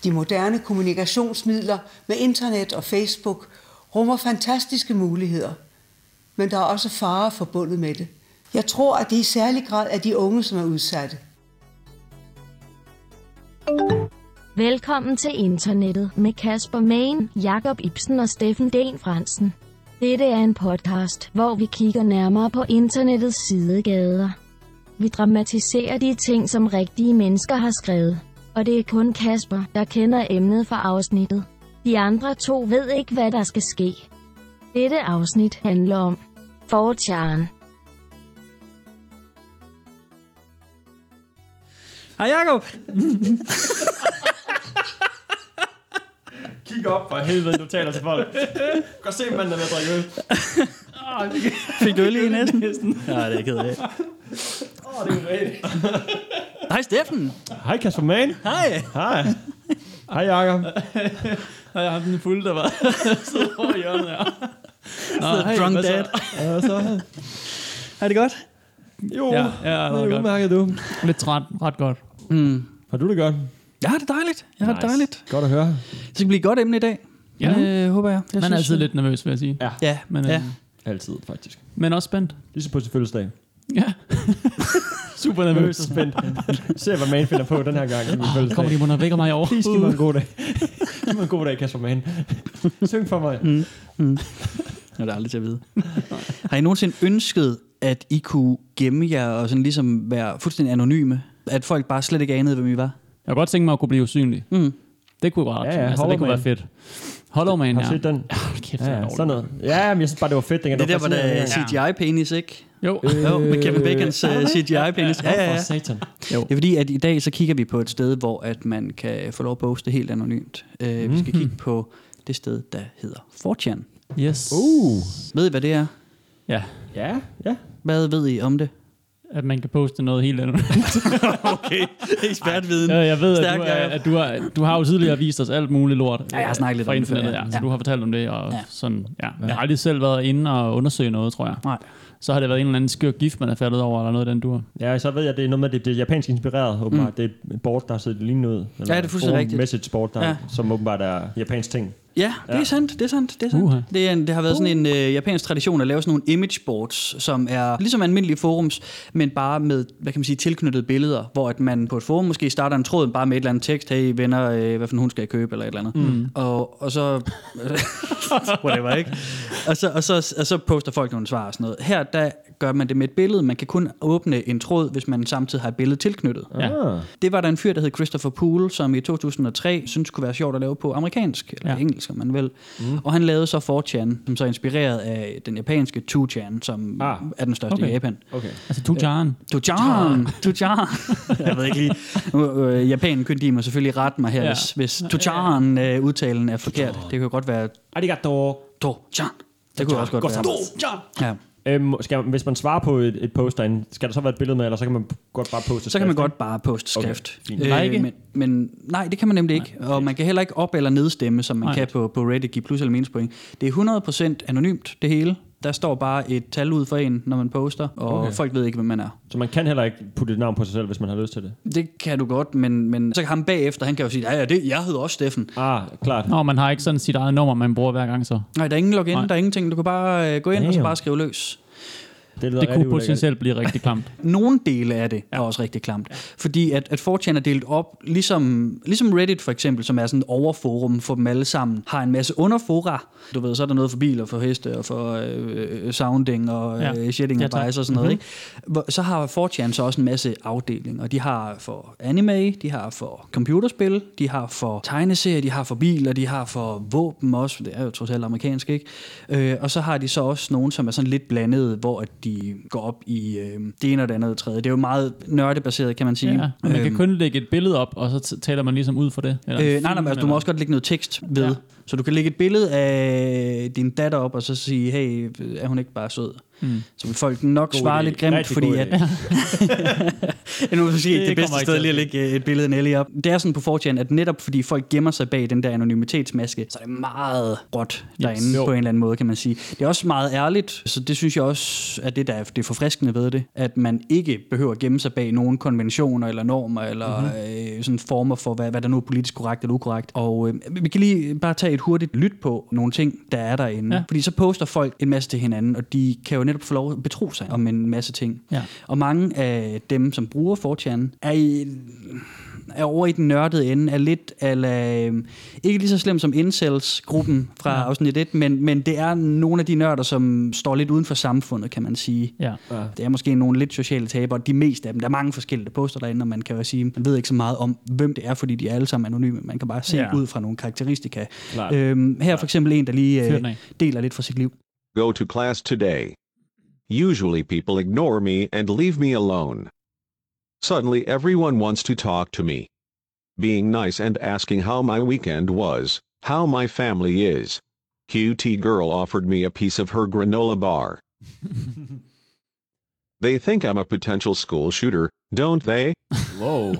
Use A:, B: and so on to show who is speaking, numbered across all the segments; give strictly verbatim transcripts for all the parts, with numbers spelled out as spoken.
A: De moderne kommunikationsmidler med internet og Facebook rummer fantastiske muligheder, men der er også farer forbundet med det. Jeg tror, at det i særlig grad er de unge, som er udsatte.
B: Velkommen til internettet med Kasper Main, Jakob Ibsen og Steffen Den Fransen. Dette er en podcast, hvor vi kigger nærmere på internettets sidegader. Vi dramatiserer de ting, som rigtige mennesker har skrevet. Og det er kun Kasper, der kender emnet for afsnittet. De andre to ved ikke, hvad der skal ske. Dette afsnit handler om four chan.
C: Hej Jakob.
D: Kig op for helvede, du taler til folk. Gå se, manden er ved at drikke øl.
C: Fik du øl i næsten? Ja, det er ked af.
D: Åh, det er rigtigt.
C: Hej Steffen.
D: Hej Kasper Mann.
C: Hej.
D: Hej. Hej Jakob.
E: Og jeg har den fulde, der var siddet over i hjørnet her.
C: Nå, hey, drunk dad.
D: Ja, så.
C: Er det godt?
D: Jo,
E: Ja, ja,
D: det
E: det er
D: er
E: godt.
D: udmærket, du.
E: Lidt træt, ret godt.
C: Mm.
D: Har du det godt?
C: Ja, det er dejligt. Jeg har det
E: Nice.
C: dejligt.
D: Godt at høre.
C: Det skal blive et godt emne i dag.
E: Ja.
C: Øh, håber jeg. jeg
E: Man er
C: synes,
E: altid lidt nervøs, vil jeg sige.
D: Ja,
C: Ja,
E: Men,
C: ja.
E: øh,
D: altid faktisk.
E: men også spændt.
D: Ligesom på sin fødselsdag.
E: Ja. Super nervøs.
D: Så spændt. Se, hvad man finder på den her gang. Oh,
E: Kommer de må vækker mig over.
D: Please, giv mig en god dag. Giv mig en god dag, Kasper Mann. Syng for mig.
C: Mm. Mm. Det er det aldrig til at vide. Har I nogensinde ønsket, at I kunne gemme jer og sådan ligesom være fuldstændig anonyme? At folk bare slet ikke anede, hvem I var?
E: Jeg kunne godt tænke mig at kunne blive usynlig.
C: Mm.
E: Det kunne være ret.
D: Ja, ja,
E: altså, det kunne
D: Hollow
E: være fedt. Hollow Man,
D: Har
E: ja.
D: du set den?
E: Ja, kæft,
D: Ja,
E: det er
D: ja,
E: dårligt.
D: sådan noget. Ja, men jeg synes bare, det var fedt.
C: Det er der, hvor der er C G I-penis, ikke?
E: Jo.
C: Øh, jo, med Kevin Bacons uh, C G I-penis. Ja, ja, ja.
D: Satan.
E: Jo.
C: Det er fordi, at i dag så kigger vi på et sted, hvor at man kan få lov at poste helt anonymt. Uh, mm-hmm. Vi skal kigge på det sted, der hedder four chan.
E: Yes.
D: Uh.
C: Ved I, hvad det er?
E: Ja,
D: Ja, ja.
C: Hvad ved I om det?
E: at man kan poste noget helt andet.
C: Okay, ekspertviden.
E: Ja, jeg ved, at,
C: Stærk,
E: du, er,
C: Jacob.
E: at du, har, du har jo tidligere vist os alt muligt lort.
C: Ja, jeg har snakket lidt
E: fra
C: om det før,
E: internettet,
C: ja.
E: ja. Så
C: Ja.
E: du har fortalt om det, og
C: Ja.
E: sådan, ja. Jeg har aldrig selv været inde og undersøge noget, tror jeg.
C: Nej.
E: Så har det været en eller anden skør gift, man er faldet over, eller noget af den dur.
D: Ja, så ved jeg, at det er noget med, det, det er japansk inspireret, åbenbart. Mm. Det er et board, der har set lignende ud.
C: Ja, det er fuldstændig rigtigt.
D: Message board, der,
C: Ja.
D: ja. som åbenbart er japansk ting.
C: Ja, det er
D: Ja.
C: sandt, det er sandt, det er sandt.
E: Uh-huh.
C: Det, er en, det har været sådan en øh, japansk tradition at lave sådan nogle image boards, som er ligesom almindelige forums, men bare med, hvad kan man sige, tilknyttede billeder, hvor at man på et forum måske starter en tråd bare med et eller andet tekst, hey venner, øh, hvad for en hund skal jeg købe, eller et eller andet. Mm. Og, og så, whatever, ikke? Og så, og, så, og så poster folk nogle svar og sådan noget. Her, der gør man det med et billede. Man kan kun åbne en tråd, hvis man samtidig har et billede tilknyttet.
E: Ja.
D: Ah.
C: Det var der en fyr, der hed Christopher Poole, som i to tusind og tre synes kunne være sjovt at lave på amerikansk, eller
E: Ja.
C: ja. engelsk, om man vil. Mm. Og han lavede så four chan, som så er inspireret af den japanske two chan, som
D: Ah.
C: er den største
E: Okay.
C: i Japan.
D: Okay.
E: Altså, to jaren.
C: two chan, two chan. Jeg ved ikke lige. Nu, øh, Japanen kunne de mig selvfølgelig rette mig her,
E: Ja.
C: ja. hvis, hvis two chan øh, udtalen er forkert. Det kan jo godt være
D: Arigato.
C: to chan. Det kunne også godt være. Ja.
D: Øhm, skal, hvis man svarer på et, et post derinde, skal der så være et billede med, eller så kan man godt bare poste
C: Så kan man
D: skrift,
C: godt bare poste skrift.
D: Okay, fint.
E: Like?
C: men, men nej, det kan man nemlig ikke. Og man kan heller ikke op- eller nedstemme, som man
E: Nej.
C: kan på, på Reddit, give plus eller minus point. Det er hundrede procent anonymt, det hele. Der står bare et tal ud for en, når man poster, og
D: Okay.
C: okay. folk ved ikke, hvem man er.
D: Så man kan heller ikke putte et navn på sig selv, hvis man har lyst til det.
C: Det kan du godt, men, men så kan ham bagefter, han kan jo sige, ja, ja, det, jeg hedder også Steffen.
D: Ah, klart.
E: Nå, man har ikke sådan sit eget nummer, man bruger hver gang så.
C: Nej, der er ingen login,
E: Nej.
C: der er ingenting. Du kan bare øh, gå ind og så
D: Damn.
C: bare skrive løs.
D: Det, lyder
E: Det
D: rigtig
E: kunne
D: ulækkert.
E: potentielt blive rigtig klamt.
C: Nogle dele af det er også rigtig klamt. Fordi at, at four chan er delt op, ligesom, ligesom Reddit for eksempel, som er sådan et overforum for dem alle sammen, har en masse underfora. Du ved, så er der noget for biler, for heste og for øh, sounding og
E: Ja.
C: øh, shitting
E: Ja,
C: og
E: tak.
C: bias og sådan noget. Ikke? Hvor- Så har four chan så også en masse afdelinger. De har for anime, de har for computerspil, de har for tegneserier, de har for biler, de har for våben også. Det er jo trods alt amerikansk, ikke? Øh, og så har de så også nogen, som er sådan lidt blandede, hvor at de går op i øh, det ene og det andet og det tredje. Det er jo meget nørdebaseret, kan man sige.
E: Ja, man kan
C: Øhm,
E: kun lægge et billede op, og så t- taler man ligesom ud for det. Eller en
C: Øh,
E: film,
C: nej, nej, men altså, du må
E: eller-
C: også godt lægge noget tekst ved.
E: Ja.
C: Ja. Så du kan lægge et billede af din datter op, og så sige, hey, er hun ikke bare sød? Mm. Så vil folk nok
D: god
C: svare
D: idé.
C: lidt grimt,
D: Rigtig
C: fordi at... nu vil sige, det, det bedste sted lige at lægge et billede af Nelly op. Det er sådan på four chan, at netop fordi folk gemmer sig bag den der anonymitetsmaske, så er det meget råt derinde yes. på en eller anden måde, kan man sige. Det er også meget ærligt, så det synes jeg også, at det der er det forfriskende ved det, at man ikke behøver at gemme sig bag nogen konventioner eller normer, eller mm-hmm. øh, sådan former for, hvad, hvad der nu er politisk korrekt eller ukorrekt. Og øh, vi kan lige bare tage et hurtigt lyt på nogle ting, der er derinde. Ja. Fordi så poster folk en masse til hinanden, og de kan jo netop få lov at betro sig om en masse ting. Ja. Og mange af dem, som bruger four chan, er i... er over i den nørdede ende, er lidt ala, øh, ikke lige så slemt som Incels-gruppen fra ja. afsnit et, men, men det er nogle af de nørder, som står lidt uden for samfundet, kan man sige. Ja. Ja. Det er måske nogle lidt sociale tabere, de meste af dem. Der er mange forskellige, der poster derinde, og man kan jo sige, man ved ikke så meget om, hvem det er, fordi de er alle sammen anonyme. Man kan bare se ja. ud fra nogle karakteristika. Øhm, her er for eksempel en, der lige øh, deler lidt fra sit liv.
F: Go to class today. Usually people ignore me and leave me alone. Suddenly everyone wants to talk to me. Being nice and asking how my weekend was, how my family is. Q T girl offered me a piece of her granola bar. They think I'm a potential school shooter, don't they?
D: Whoa.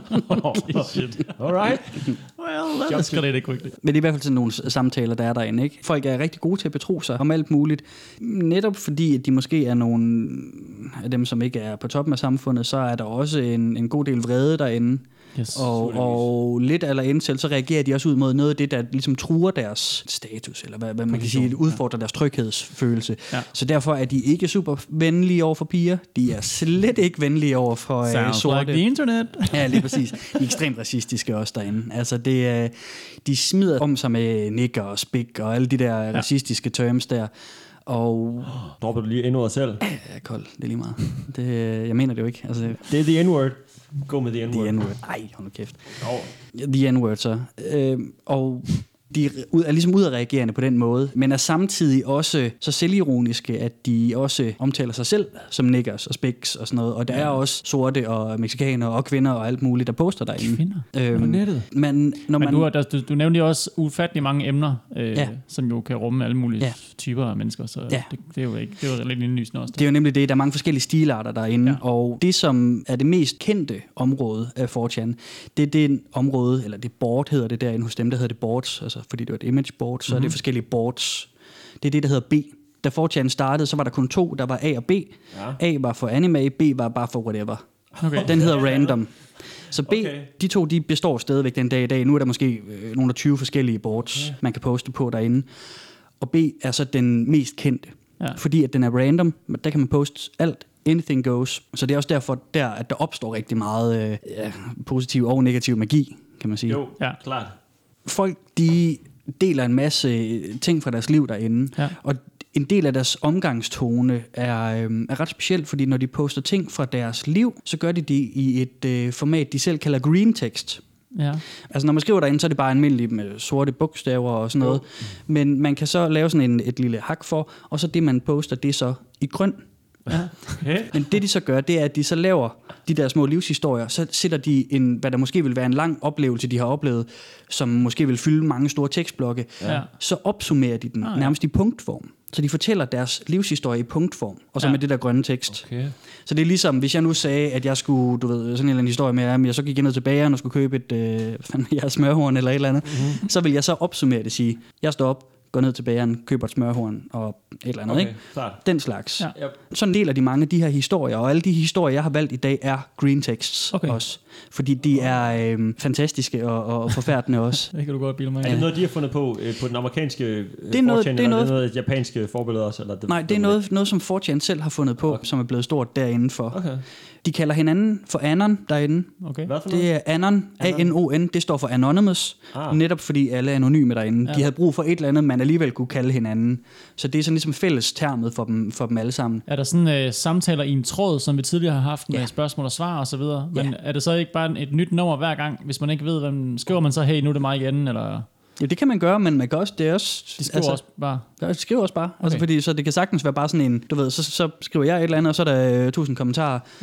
D: Holy shit. All right.
E: Well, that escalated quickly.
C: Men det er i hvert fald sådan nogle samtaler, der er derinde, ikke? Folk er rigtig gode til at betro sig om alt muligt. Netop fordi, at de måske er nogle af dem, som ikke er på toppen af samfundet, så er der også en, en god del vrede derinde. Yes, og, og lidt eller indtil, så reagerer de også ud mod noget af det, der ligesom truer deres status, eller hvad, hvad man kan sige, udfordrer ja. deres tryghedsfølelse. Ja. Så derfor er de ikke super venlige over for piger. De er slet ikke venlige over for uh, sorte.
E: Like the internet.
C: Ja, lige præcis. De er ekstremt racistiske også derinde. Altså, det, uh, de smider om sig med nigger og spik og alle de der ja. racistiske terms der. Og...
D: Dropper du lige endordet selv?
C: Ja, kold. Det er lige meget. Det, jeg mener det jo ikke. Altså,
D: det er the N-word. Gå med the N-word.
C: The N-word. Ej, hold nu kæft. Oh. The N-word så. Øh, og de er ligesom udadreagerende på den måde, men er samtidig også så selvironiske, at de også omtaler sig selv som niggers og spiks og sådan noget. Og der ja. er også sorte og mexikanere og kvinder og alt muligt, der poster derinde.
E: Kvinder?
C: Øhm,
E: på nettet?
C: Men, når
E: men
C: man,
E: du, har, du, du nævnte jo også ufattelig mange emner, øh, ja. som jo kan rumme alle mulige ja. typer af mennesker, så ja. det, det er jo ikke, det er jo lidt indlysende også. Der.
C: Det er jo nemlig det, der er mange forskellige stilarter derinde, ja. og det, som er det mest kendte område af four chan, det er det område, eller det board hedder det derinde hos dem, der hedder det boards, altså fordi det var et image board, så mm-hmm. er det forskellige boards. Det er det, der hedder B. Da four chan startede, så var der kun to, der var A og B. Ja. A var for anime, B var bare for whatever. Okay. Den hedder random. Så B, okay. de to, de består stadigvæk den dag i dag. Nu er der måske øh, nogle af tyve forskellige boards, okay. man kan poste på derinde. Og B er så den mest kendte, ja. fordi at den er random. Der kan man poste alt. Anything goes. Så det er også derfor, der, at der opstår rigtig meget øh, ja, positiv og negativ magi, kan man sige.
D: Jo, ja, klart.
C: Folk, de deler en masse ting fra deres liv derinde, ja. og en del af deres omgangstone er, øh, er ret specielt, fordi når de poster ting fra deres liv, så gør de det i et øh, format, de selv kalder green text. Ja. Altså når man skriver derinde, så er det bare almindeligt med sorte bogstaver og sådan noget, mm. men man kan så lave sådan en, et lille hak for, og så det man poster, det er så i grøn. Ja. Okay. Men det de så gør, det er, at de så laver de der små livshistorier, så sætter de en, hvad der måske vil være en lang oplevelse, de har oplevet, som måske vil fylde mange store tekstblokke, ja. så opsummerer de den ah, ja. nærmest i punktform. Så de fortæller deres livshistorie i punktform, og så ja. med det der grønne tekst. Okay. Så det er ligesom, hvis jeg nu sagde, at jeg skulle, du ved, sådan en eller anden historie med, at jeg så gik jeg ned til bageren og skulle købe et øh, jeres smørhorn eller et eller andet, mm-hmm. så vil jeg så opsummere det, sige, jeg står op, går ned til bageren, køber et smørhorn og et eller andet, okay, ikke? Klar. Den slags. Ja. Yep. Sådan deler de mange af de her historier, og alle de historier, jeg har valgt i dag, er green texts okay. også. Fordi de er øh, fantastiske og, og forfærdende også.
E: Det kan du godt bilde mig.
D: Er det noget, de har fundet på øh, på den amerikanske øh, det er noget, det er noget, noget japanske forbillede også? Eller det,
C: nej, det er noget, noget, som four chan selv har fundet på, okay. som er blevet stort derinde for. Okay. De kalder hinanden for Anon derinde. Okay. Hvad for noget? Det er Anon, A N O N, det står for Anonymous, ah. netop fordi alle er anonyme derinde. Ja. De havde brug for et eller andet, man alligevel kunne kalde hinanden. Så det er sådan ligesom fælles termet for dem, for dem alle sammen.
E: Er der sådan øh, samtaler i en tråd, som vi tidligere har haft med ja. spørgsmål og svar og så videre? Men ja. er det så ikke bare et nyt nummer hver gang, hvis man ikke ved, hvem skriver man så, hey, nu er det mig igen, eller...
C: Ja, det kan man gøre, men man kan også, det er også...
E: De skriver altså, også bare?
C: Ja, de skriver også bare. Okay. Altså, fordi, så det kan sagtens være bare sådan en, du ved, så, så skriver jeg et eller andet, og så er der uh, tusind kommentarer. Ja.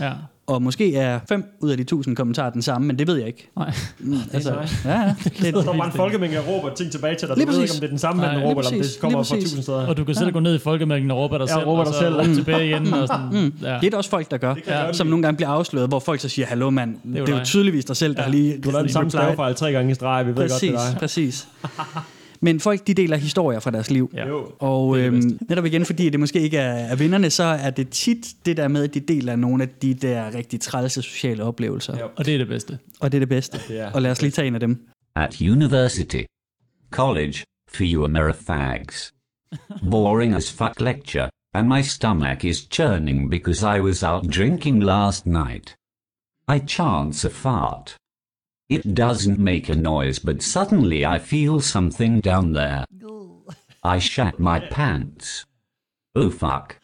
C: Og måske er fem ud af de tusind kommentarer den samme, men det ved jeg ikke.
E: Nej.
C: Mm, altså, ja, ja.
D: Det er bare en folkemængde, der råber ting tilbage til dig. Du
C: lige
D: ved
C: præcis.
D: ikke, om det er den samme,
E: Nej,
D: man råber, eller om det kommer fra tusind steder.
E: Og du kan selv gå ned i folkemængden og råbe dig
D: Ja,
E: selv,
D: råber
E: og
D: dig
E: så
D: selv.
E: råbe tilbage igen. Og sådan.
C: Mm.
E: Ja.
C: Det er der også folk, der gør,
D: jeg
C: som nogle gange bliver afsløret, hvor folk så siger, hallo mand, det er jo, det er jo tydeligvis dig selv, der har lige...
D: Du har lavet den samme stavefejl tre gange i streg, vi ved
C: præcis,
D: godt, det er dig.
C: Præcis. Men folk, de deler historier fra deres liv.
E: Ja.
D: Jo.
C: Og
E: Det er det
C: øhm, netop igen, fordi det måske ikke er, er vinderne, så er det tit det der med, at de deler nogle af de der rigtig trælse sociale oplevelser.
D: Ja.
E: Og det er det bedste.
C: Og det er det bedste.
D: Det er-
C: Og lad os lige tage en af dem.
G: At university. College, fewer mere fags. Boring as fuck lecture, and my stomach is churning because I was out drinking last night. I chance a fart. It doesn't make a noise, but suddenly I feel something down there. I shat my pants. Oh fuck.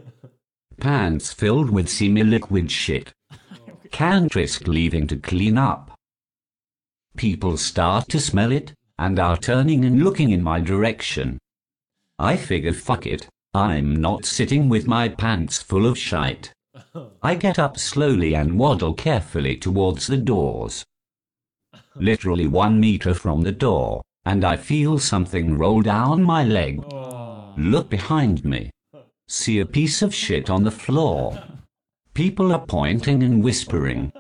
G: Pants filled with semi-liquid shit. Can't risk leaving to clean up. People start to smell it, and are turning and looking in my direction. I figure fuck it, I'm not sitting with my pants full of shite. I get up slowly and waddle carefully towards the doors. Literally one meter from the door, and I feel something roll down my leg. Look behind me. See a piece of shit on the floor. People are pointing and whispering.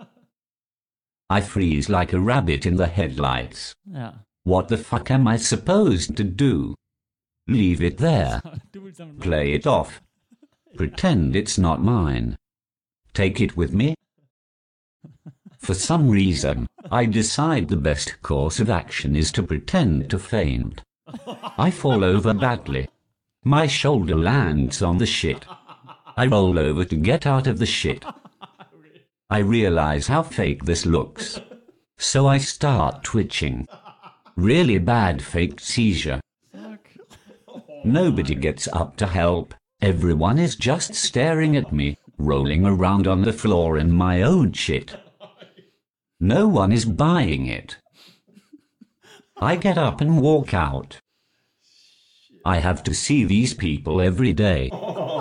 G: I freeze like a rabbit in the headlights.
E: Ja.
G: What the fuck am I supposed to do? Leave it there. Play it off. Pretend it's not mine. Take it with me? For some reason, I decide the best course of action is to pretend to faint. I fall over badly. My shoulder lands on the shit. I roll over to get out of the shit. I realize how fake this looks. So I start twitching. Really bad faked seizure. Nobody gets up to help. Everyone is just staring at me, rolling around on the floor in my own shit. No one is buying it. I get up and walk out. I have to see these people every day.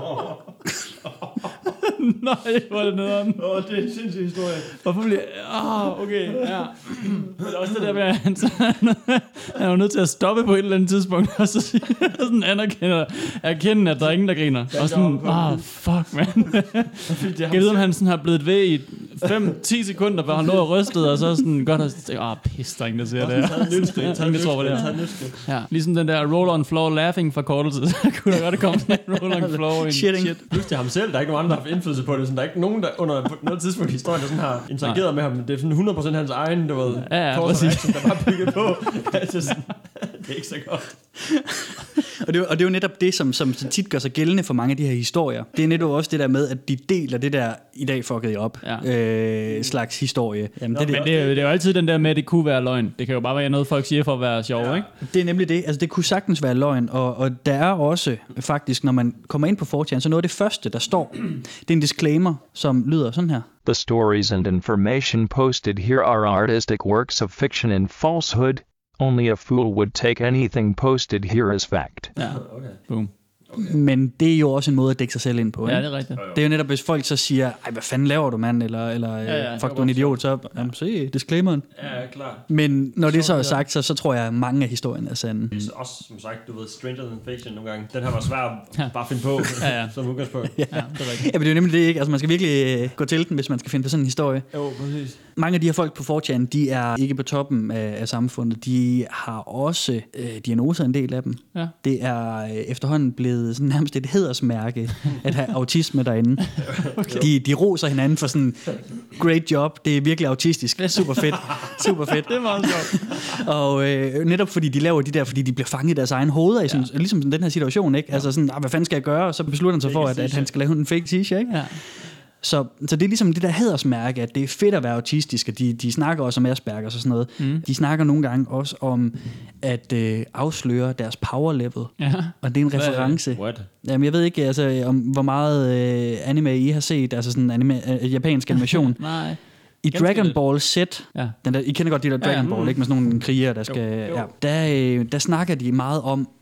E: Nej, hvor er det nederen.
D: Åh, oh, det er en sindssyg historie.
E: Hvorfor bliver... Ah, okay, ja. Men det er også det der med, at han, han er jo nødt til at stoppe på et eller andet tidspunkt, og så sige, sådan anerkender, erkende, at der er ingen, der griner. Og sådan, ah, fuck, man. Jeg ved, om han sådan har blevet ved i fem til ti sekunder, hvor han lå og rystede, og så sådan godt og tænkte, ah, pis, der er ingen, der ser det her. Ingen, der tror på det her. Ja, ligesom den der roll on floor laughing forkortelse, så kunne der godt komme sådan en roll on floor in
C: Shitting.
E: shit.
D: Plus det er ham selv, der er ikke nogen andre, der har haft indflydelse på det. Sådan, der er ikke nogen, der under på noget tidspunkt i historien, der sådan har interageret med ham. Det er sådan hundrede procent hans egen, du ved,
E: Ja, ja,
D: course of
E: præcis.
D: action, der bare er bygget på. Altså sådan, det er ikke så godt.
C: Og det, er- og det er jo netop det, som, som tit gør sig gældende for mange af de her historier. Det er netop også det der med, at de deler det der, i dag fuckede jeg op,
E: Ja.
C: øh, slags historie. Jamen, det, er det,
E: Men det er, jo, det er jo altid den der med, at det kunne være løgn. Det kan jo bare være noget, folk siger for at være sjov, ikke?
C: det er nemlig det. Altså, det kunne sagtens være løgn, og, og der er også faktisk, når man kommer ind på four chan, så noget af det første, der står, det er en disclaimer, som lyder sådan her.
H: The stories and information posted here are artistic works of fiction and falsehood. Only a fool would take anything posted here as fact.
E: Ja, boom.
C: Men det er jo også en måde at dække sig selv ind på.
E: Ja,
C: Ikke?
E: det er rigtigt.
C: Det er jo netop, hvis folk så siger, ej, hvad fanden laver du, mand? Eller, eller
E: ja,
C: fuck, du er en idiot, så jamen, se disclaimeren.
D: Ja, klar.
C: Men når det så er sagt, så, så tror jeg, at mange af historien er sande.
D: Så også, som sagt, du ved, stranger than fiction nogle gange. Den her var svær at
E: Ja.
D: bare finde på,
E: Ja, ja.
D: som udgangspunkt.
E: Ja, det er rigtigt.
C: Ja, men det er jo nemlig det, ikke? Altså, man skal virkelig øh, gå til den, hvis man skal finde på sådan en historie.
D: Jo, præcis.
C: Mange af de her folk på four chan, de er ikke på toppen af, af samfundet. De har også øh, diagnoser, en del af dem.
E: Ja.
C: Det er øh, efterhånden blevet sådan nærmest et hædersmærke at have autisme derinde. Okay. De, de roser hinanden for sådan, great job, det er virkelig autistisk. Det er super fedt. Super fedt.
E: Det er meget sjovt.
C: Og øh, netop fordi de laver de der, fordi de bliver fanget i deres egen hoveder, i sådan, ja. ligesom sådan den her situation, ikke? Altså sådan, ah, hvad fanden skal jeg gøre? Og så beslutter han sig for, at, at han skal lave en fake t-shirt, ikke?
E: Ja.
C: Så, så det er ligesom det der hædersmærke, at det er fedt at være autistisk, og de, de snakker også om Asperger og sådan noget. Mm. De snakker nogle gange også om at øh, afsløre deres power level.
E: Ja.
C: Og det er en reference.
D: What?
C: Jamen, jeg ved ikke, altså, om hvor meget øh, anime I har set, altså sådan anime, øh, japansk animation.
E: Nej.
C: I
E: Ganske
C: Dragon
E: lidt.
C: Ball Z,
E: Ja.
C: den der, I kender godt de der Dragon
E: Ja, ja.
C: Ball, ikke, med sådan nogle krigere, der skal...
E: jo.
C: Ja, der, øh, der snakker de meget om,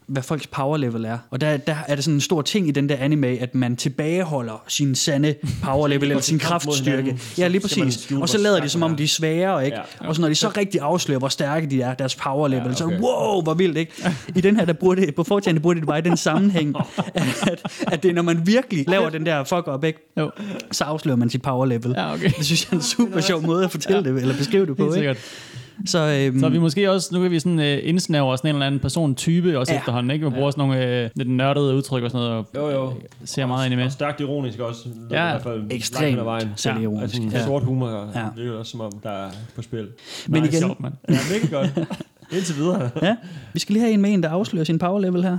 C: hvad folks power level er. Og der, der er det sådan en stor ting i den der anime, at man tilbageholder sin sande power level eller sin kraftstyrke. Ja, lige præcis. Og så lader de som om de er svære, ikke? Ja. Og så når de så rigtig afslører, hvor stærke de er, deres power level, ja, okay. så wow, hvor vildt, ikke? I den her, der burde det, på fortjene burde det bare i den sammenhæng, at, at det er, når man virkelig laver den der fuck up, ikke? Jo. Så afslører man sit power level. Ja, okay. Det synes jeg er en super sjov måde at fortælle ja. det, eller beskrive det på, ikke? Så, øhm,
E: så vi måske også, nu kan vi sådan øh, indsnævre sådan en eller anden person-type også ja. efterhånden, ikke? Vi bruger ja. sådan nogle øh, lidt nørdede udtryk og sådan noget, og jo, jo. ser meget ind i med.
D: Og stærkt ironisk også.
E: Ja,
D: i hvert fald
C: ekstremt
D: selvironisk. Ja. Altså, sort humor, ja. det er jo også som om, der er på spil.
C: Men igen,
E: sjovt, man.
D: Ja, mega godt. Indtil videre.
C: Ja, vi skal lige have en med en, der afslører sin power level her.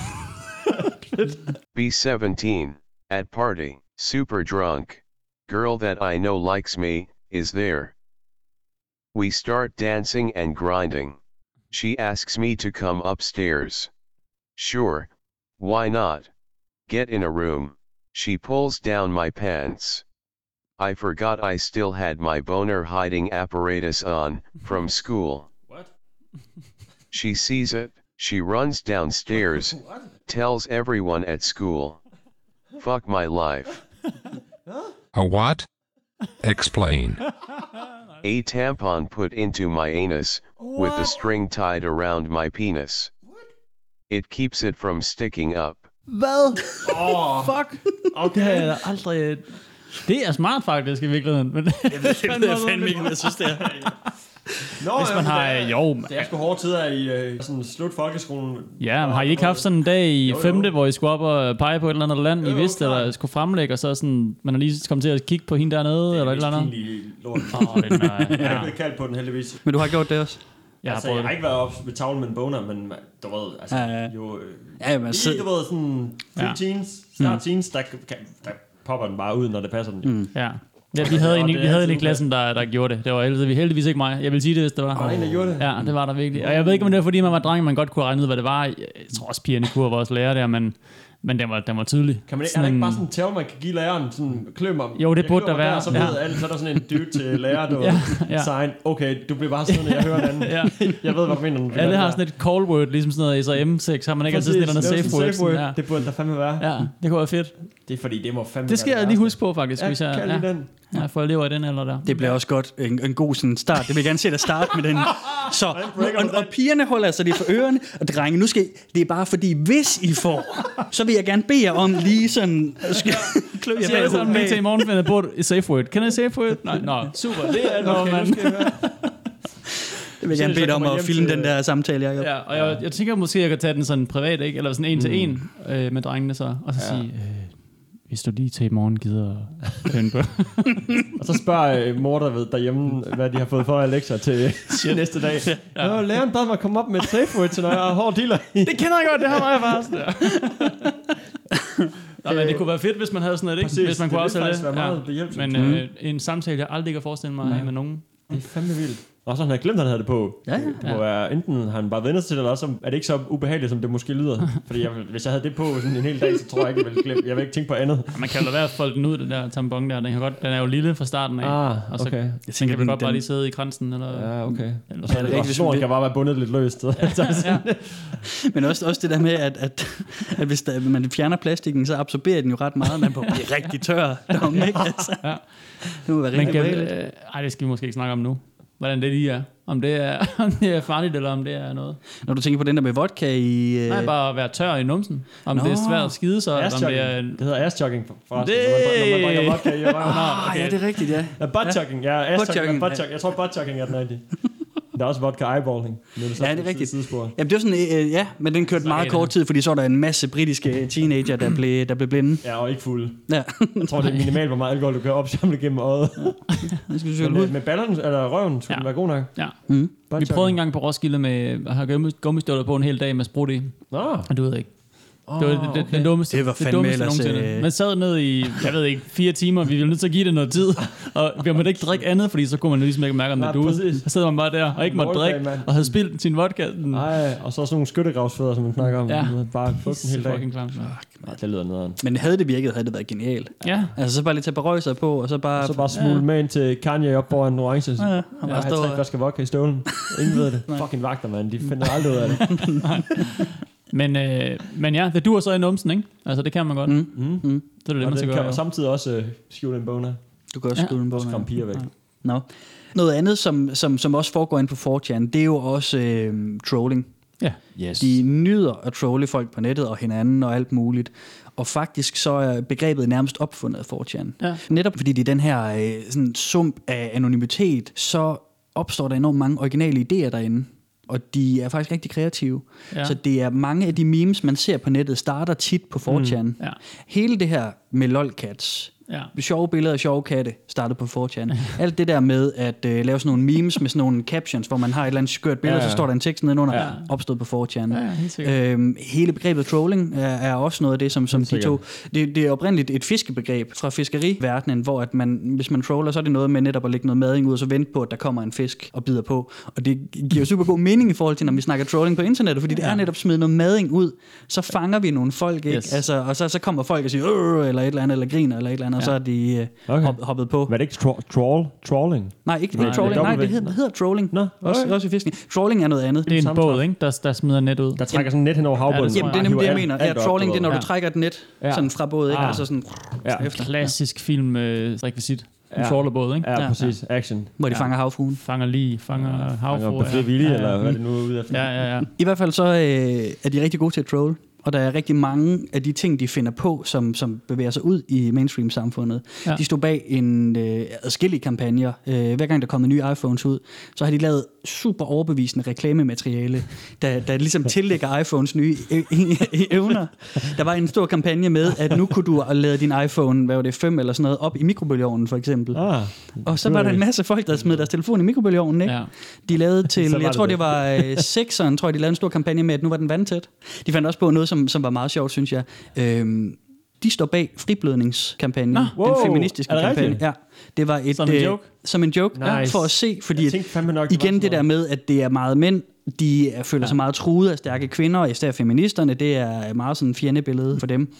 I: B seventeen, at party, super drunk. Girl that I know likes me, is there. We start dancing and grinding. She asks me to come upstairs. Sure. Why not? Get in a room. She pulls down my pants. I forgot I still had my boner hiding apparatus on, from school.
D: What?
I: She sees it, she runs downstairs, tells everyone at school. Fuck my life.
J: A what? Explain.
I: A tampon put into my anus, what? With the string tied around my penis. What? It keeps it from sticking up.
E: Hvad? Oh, fuck. Okay, det er aldrig... Det er smart faktisk i virkeligheden. Men
C: jeg ved, jeg ved fandme ikke, hvad jeg synes, det er.
D: Nå,
E: hvis man har...
D: Det er,
E: jo,
D: det er sgu hårde tider i uh, sådan slut folkeskolen.
E: Ja, men har I ikke haft sådan en dag i jo, jo. femte, hvor I skulle op og pege på et eller andet land, jo, I vidste, eller skulle fremlægge, og så sådan, man har lige kommet til at kigge på hende dernede,
D: det
E: eller et eller andet?
D: Det er pinlig lort. Oh, det er, ja. Jeg er blevet kaldt på den heldigvis.
C: Men du har gjort det også?
D: Jeg, altså, jeg har ikke været op ved tavlen med en boner, men du ved, altså, ja, ja. jo... Øh,
C: ja, men
D: lige, du ved, sådan, ja. teens, start mm. teens, der, der popper den bare ud, når det passer den.
E: Mm. Ja. Ja, vi havde en, vi havde en i klassen, der, der gjorde det. Det var heldigvis, heldigvis ikke mig. Jeg vil sige det, hvis det var.
D: Og en, der gjorde det?
E: Ja, det var der virkelig. Og jeg ved ikke, om det var, fordi man var dreng, man godt kunne regne ud, hvad det var. Jeg tror også, pigerne kunne have vores lærer der, men, men den var, den var tydelig.
D: Kan man, er der ikke bare sådan en tæv, man kan give læreren? Sådan, kløm om,
E: jo, det burde der være.
D: Der, så, ja. ved alle, så er der sådan en dyt til lærer, du ja, ja. sign. Okay, du bliver bare sådan, jeg hører en anden. Ja. Jeg ved, hvad du mener.
E: Ja, det har sådan et call word, ligesom sådan noget, så M seks har man ikke altid sådan et safe word.
D: Safe word. Ja. Det burde der fandme være.
E: Ja, det kunne være fedt.
D: Det er fordi, det må fandme
E: det skal jeg lige huske på, faktisk.
D: Ja,
E: hvis jeg,
D: kan ja. den.
E: Ja, for jeg lever i den eller der.
C: Det bliver også godt en, en god sådan start. Det vil jeg gerne se dig starte med den. Så, og, og pigerne holder altså det for ørerne. Og drenge, nu skal I, det er bare fordi, hvis I får, så vil jeg gerne bede jer om lige sådan...
E: Klø jer bag sammen med til i morgen, finder jeg på et safe word. Kan jeg safe word? Nej, nå, super. Det er noget, okay, man...
C: Jeg vil gerne bede dig om at filme den der samtale, Jacob.
E: Ja, og jeg, jeg tænker måske, at jeg kan tage den sådan privat, ikke? Eller sådan en mm. til en øh, med drengene så. Og så ja. sige... Øh, hvis du lige til i morgen gider at på.
D: Og så spørger øh, mor der ved derhjemme, hvad de har fået for af lektier til næste dag. Ja. Nå, læreren bad mig at komme op med et safe word til, når jeg har hård dealer.
E: Det kender jeg godt, det har jeg faktisk. Ja. Nå, men det kunne være fedt, hvis man havde sådan noget, ikke?
D: Præcis,
E: hvis man kunne også have det.
D: Meget
E: ja. Men øh, en samtale, jeg aldrig kan forestille mig ja. med nogen.
D: Det er fandme vildt. Og så han havde glemt, at han havde det på. Ja, ja. Det må ja. være, enten har han bare vendt sig til det, eller så er det ikke så ubehageligt, som det måske lyder. Fordi jeg, hvis jeg havde det på sådan en hel dag, så tror jeg ikke, jeg ville glemme. Jeg vil ikke tænke på andet.
E: Ja, man kan jo være folde den ud, den der tampon der. Den, kan godt, den er jo lille fra starten af.
D: Ah,
E: og så
D: okay.
E: Jeg tænker, kan den, bare, den... bare lige sidde i kransen. Eller,
D: ja, okay.
E: Eller
D: så er det rigtig snoren kan bare være bundet lidt løst. Ja.
C: Ja. Men også, også det der med, at, at, at hvis der, man fjerner plastikken, så absorberer den jo ret meget. Man bliver rigtig tør. Dom, ikke? Altså. Ja. Det må være rigtig
E: behageligt. Øh, ej, det skal vi måske ikke snakke om nu. Hvordan det lige er. Om det er, om det er farligt, eller om det er noget.
C: Når du tænker på den der med vodka i... Øh...
E: Nej, bare at være tør i numsen. Om Nå. det er svært at skide sig. Om det, er...
D: det hedder ass-chugging forresten.
E: Det...
D: Når man, når man drikker vodka i røven.
C: Ah, okay. Ja, det er rigtigt, ja.
D: ja butt-chugging. Ja, ass-chugging. Butt jeg tror, butt-chugging er den rigtige. Der er også vodka eyeballing. Det
C: ja, det er rigtigt. Jamen, det var sådan, øh, ja, men den kørte meget kort tid, fordi så var der en masse britiske teenager, der blev, der blev blinde.
D: Ja, og ikke fulde.
C: Ja.
D: Jeg tror, det er minimalt, hvor meget alkohol du kan opsamle gennem øjet.
C: Ja. Skal du
D: med, med balleren, eller røven, skulle ja. den være god nok.
E: Ja. Mm. Vi prøvede en gang på Roskilde med at have gummistøvler på en hel dag med sprut i.
D: Nå.
E: Og du ved ikke. Oh, det var det, det,
C: okay.
E: det dummeste,
C: det var fandme
E: det dummeste
C: ellers, øh...
E: Man sad ned i, jeg ved ikke, fire timer. Vi ville nødt til at give det noget tid. Og vi måtte ikke drikke andet, fordi så kunne man ligesom ikke mærke, om det duede. Så sidder man bare der og ikke måtte drikke, man. Og havde spildt sin vodka.
D: Nej, og så sådan nogle skyttegravsfødder, som man snakker om.
E: Ja.
D: Bare fuck den hele dag.
E: Klam,
D: ja. Det lyder nederen.
C: Men havde det virket, havde det været genialt.
E: Ja.
C: Altså så bare lidt tage berøjser på, og så bare...
D: Og så bare smule ja. med ind til Kanye op foran en orange. Ja, ja. Og bare have tre flasker vodka i stålen. Ingen ved det. Fucking vagter, man. De finder aldrig ud af det.
E: Men, øh, men ja, det duer så i numsen, ikke? Altså, det kan man godt.
C: Mm. Mm. Mm.
E: Så er det det,
D: og
E: man skal
D: kan
E: gøre.
D: man samtidig også uh, skjule en boner.
C: Du kan også ja. skjule en boner.
D: Og skræmme piger væk. Ja.
C: No. Noget andet, som, som, som også foregår inde på four chan, det er jo også øh, trolling.
E: Ja.
D: Yes.
C: De nyder at trolle folk på nettet og hinanden og alt muligt. Og faktisk så er begrebet nærmest opfundet af four chan.
E: Ja.
C: Netop fordi det er den her øh, sådan sump af anonymitet, så opstår der enormt mange originale idéer derinde. Og de er faktisk rigtig kreative. Ja. Så det er mange af de memes, man ser på nettet, starter tit på four chan. Mm.
E: Ja.
C: Hele det her med lolcats,
E: ja.
C: sjove billeder af sjove katte, startede på four chan. Alt det der med at øh, lave sådan nogle memes med sådan nogle captions, hvor man har et eller andet skørt billede, ja, ja. Så står der en tekst nedenunder, ja. opstået på four chan.
E: Ja,
C: øhm, hele begrebet trolling er, er også noget af det, som, som de to... Det, det er oprindeligt et fiskebegreb fra fiskeriverdenen, hvor at man, hvis man troller, så er det noget med netop at lægge noget mading ud, og så vente på, at der kommer en fisk og bider på. Og det giver super god mening i forhold til, når vi snakker trolling på internettet, fordi det ja. er netop smidt noget mading ud, så fanger vi nogle folk, ikke? Yes. Altså, og så, så kommer folk og siger, øh, eller et eller andet, eller griner, eller et eller andet, ja. og så er de øh, okay. hoppet på.
D: Var det ikke tra- troll? Trolling?
C: Nej, ikke, ikke trolling. Nej, det hedder, det hedder trolling. Nå, okay. også, også i fisken. Trolling er noget andet.
E: Det er en båd, ikke? Der, der smider net ud.
D: Der trækker sådan et net hen over havbunden.
C: Ja, jamen, det er nemlig det, jeg mener. Ja, trolling, det er, når du trækker et net
D: ja.
C: sådan fra båd, ikke?
E: Ah.
C: Altså sådan
E: ja. efter. Klassisk film øh, rekvisit. En ja. trawlerbåd, ikke?
D: Ja, ja, præcis. Action.
C: Hvor de
E: ja.
C: fanger havfruen.
E: Fanger lige, fanger ja. havfru.
D: Fanger på flere vilje, ja. eller hvad er det nu er ude efter?
E: Ja, ja, ja.
C: I hvert fald så øh, er de rigtig gode til at troll. Og der er rigtig mange af de ting, de finder på, som, som bevæger sig ud i mainstream-samfundet. Ja. De stod bag en øh, adskillige kampagner. Øh, hver gang der kommer nye iPhones ud, så har de lavet super overbevisende reklamemateriale, der, der ligesom tillægger iPhones nye evner. Der var en stor kampagne med, at nu kunne du lade din iPhone, hvad var det, fem eller sådan noget, op i mikrobølgeovnen for eksempel. Ah, og så var der en masse folk, der smed deres telefon i mikrobølgeovnen, ikke? Ja. De lavede til, jeg tror det var øh, sekseren, tror jeg, de lavede en stor kampagne med, at nu var den vandtæt. De fandt også på noget, som, som var meget sjovt, synes jeg. Øhm, de står bag friblødningskampagnen, ah, wow. Den feministiske kampagne. Ja, det var et,
E: som en joke,
C: øh, som en joke nice. ja, for at se, fordi nok, igen det, det der med, at det er meget mænd, de føler ja. sig meget truet af stærke kvinder, og især feministerne, det er meget sådan en fjendebillede for dem.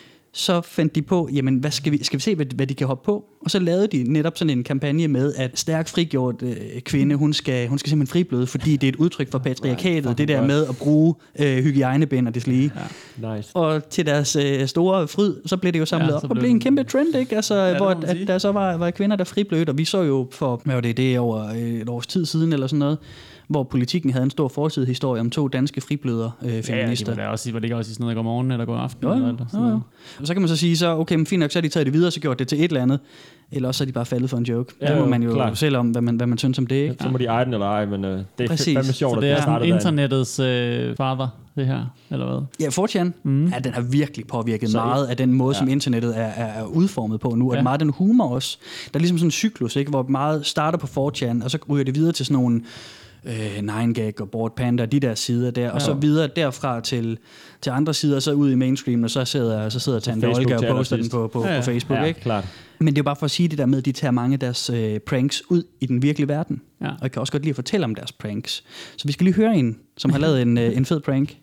C: Så fandt de på, jamen, hvad skal vi, skal vi se, hvad, hvad de kan hoppe på? Og så lavede de netop sådan en kampagne med, at stærk frigjort øh, kvinde, hun skal, hun skal simpelthen fribløde, fordi det er et udtryk for patriarkatet, right, det der med at bruge øh, hygiejnebind og deslige. Ja. Nice. Og til deres øh, store fryd, så blev det jo samlet ja, op og blev en kæmpe trend, ikke? Altså, ja, hvor at, at der så var, var kvinder, der friblødte, og vi så jo for, hvad var det, det er over et års tid siden, eller sådan noget, hvor Politikken havde en stor forsidehistorie om to danske friblødere øh, feminister. Ja, ja, det var der også, var det ikke også i sådan noget, god morgen eller god aften? Jo,
E: eller, eller sådan
C: jo, jo. Og så kan man så sige, så okay, men fint nok, så har de taget det videre, så gjort det til et eller andet, eller også så er de bare faldet for en joke. Ja, det må man jo klart. selv om, hvad man, hvad man synes om det, ikke?
D: Så må de eje den eller ej, men øh, det er fandme sjovt,
E: så det er at internettets øh, fader, det her, eller hvad?
C: Ja, four chan, mm. ja, den har virkelig påvirket så meget af den måde, ja. som internettet er, er, er udformet på nu, og ja. meget den humor også. Der er ligesom sådan en cyklus, ikke, hvor meget starter på four chan, og så ryger det videre til sådan nogle øh, nine gag og Bored Panda, de der sider der, og ja. så videre derfra til, til andre sider, så ud i mainstream, og så sidder, så sidder Tante Olga og poster den på, på, ja, ja. på Facebook, ja, ikke?
D: Klart.
C: Men det er jo bare for at sige det der med, at de tager mange af deres øh, pranks ud i den virkelige verden. Ja. Og jeg kan også godt lide at fortælle om deres pranks. Så vi skal lige høre en, som har lavet en, øh, en fed prank.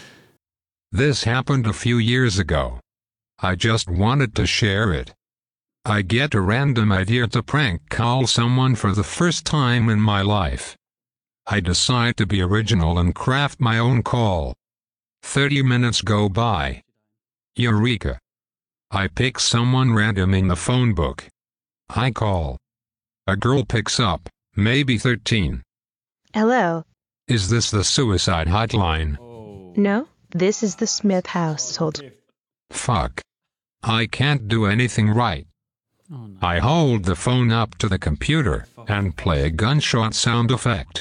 J: This happened a few years ago. I just wanted to share it. I get a random idea to prank call someone for the first time in my life. I decide to be original and craft my own call. thirty minutes go by. Eureka. I pick someone random in the phone book. I call. A girl picks up, maybe thirteen.
K: Hello.
J: Is this the suicide hotline?
K: Oh. No, this is the Smith household.
J: Fuck. I can't do anything right. Oh, no. I hold the phone up to the computer and play a gunshot sound effect.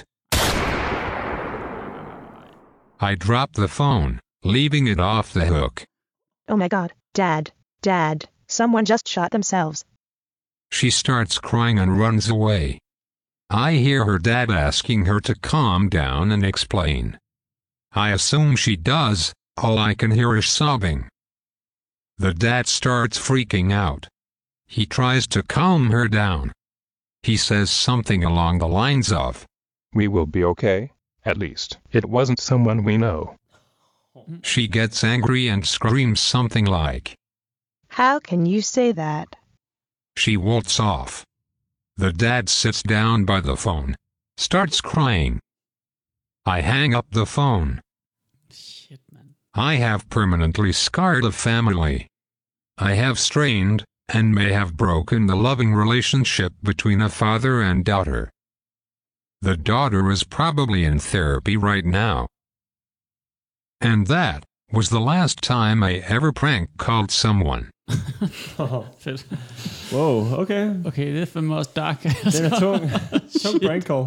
J: I drop the phone, leaving it off the hook.
K: Oh my god, Dad, Dad, someone just shot themselves.
J: She starts crying and runs away. I hear her dad asking her to calm down and explain. I assume she does, all I can hear is sobbing. The dad starts freaking out. He tries to calm her down. He says something along the lines of,
H: "We will be okay. At least, it wasn't someone we know."
J: She gets angry and screams something like,
K: "How can you say that?"
J: She walks off. The dad sits down by the phone, starts crying. I hang up the phone.
E: Shit, man.
J: I have permanently scarred a family. I have strained, and may have broken the loving relationship between a father and daughter. The daughter is probably in therapy right now. And that was the last time I ever prank called someone.
E: oh, fedt.
D: Wow, okay.
E: Okay, det er fandme også dark.
D: Den er tung. Tung prank call.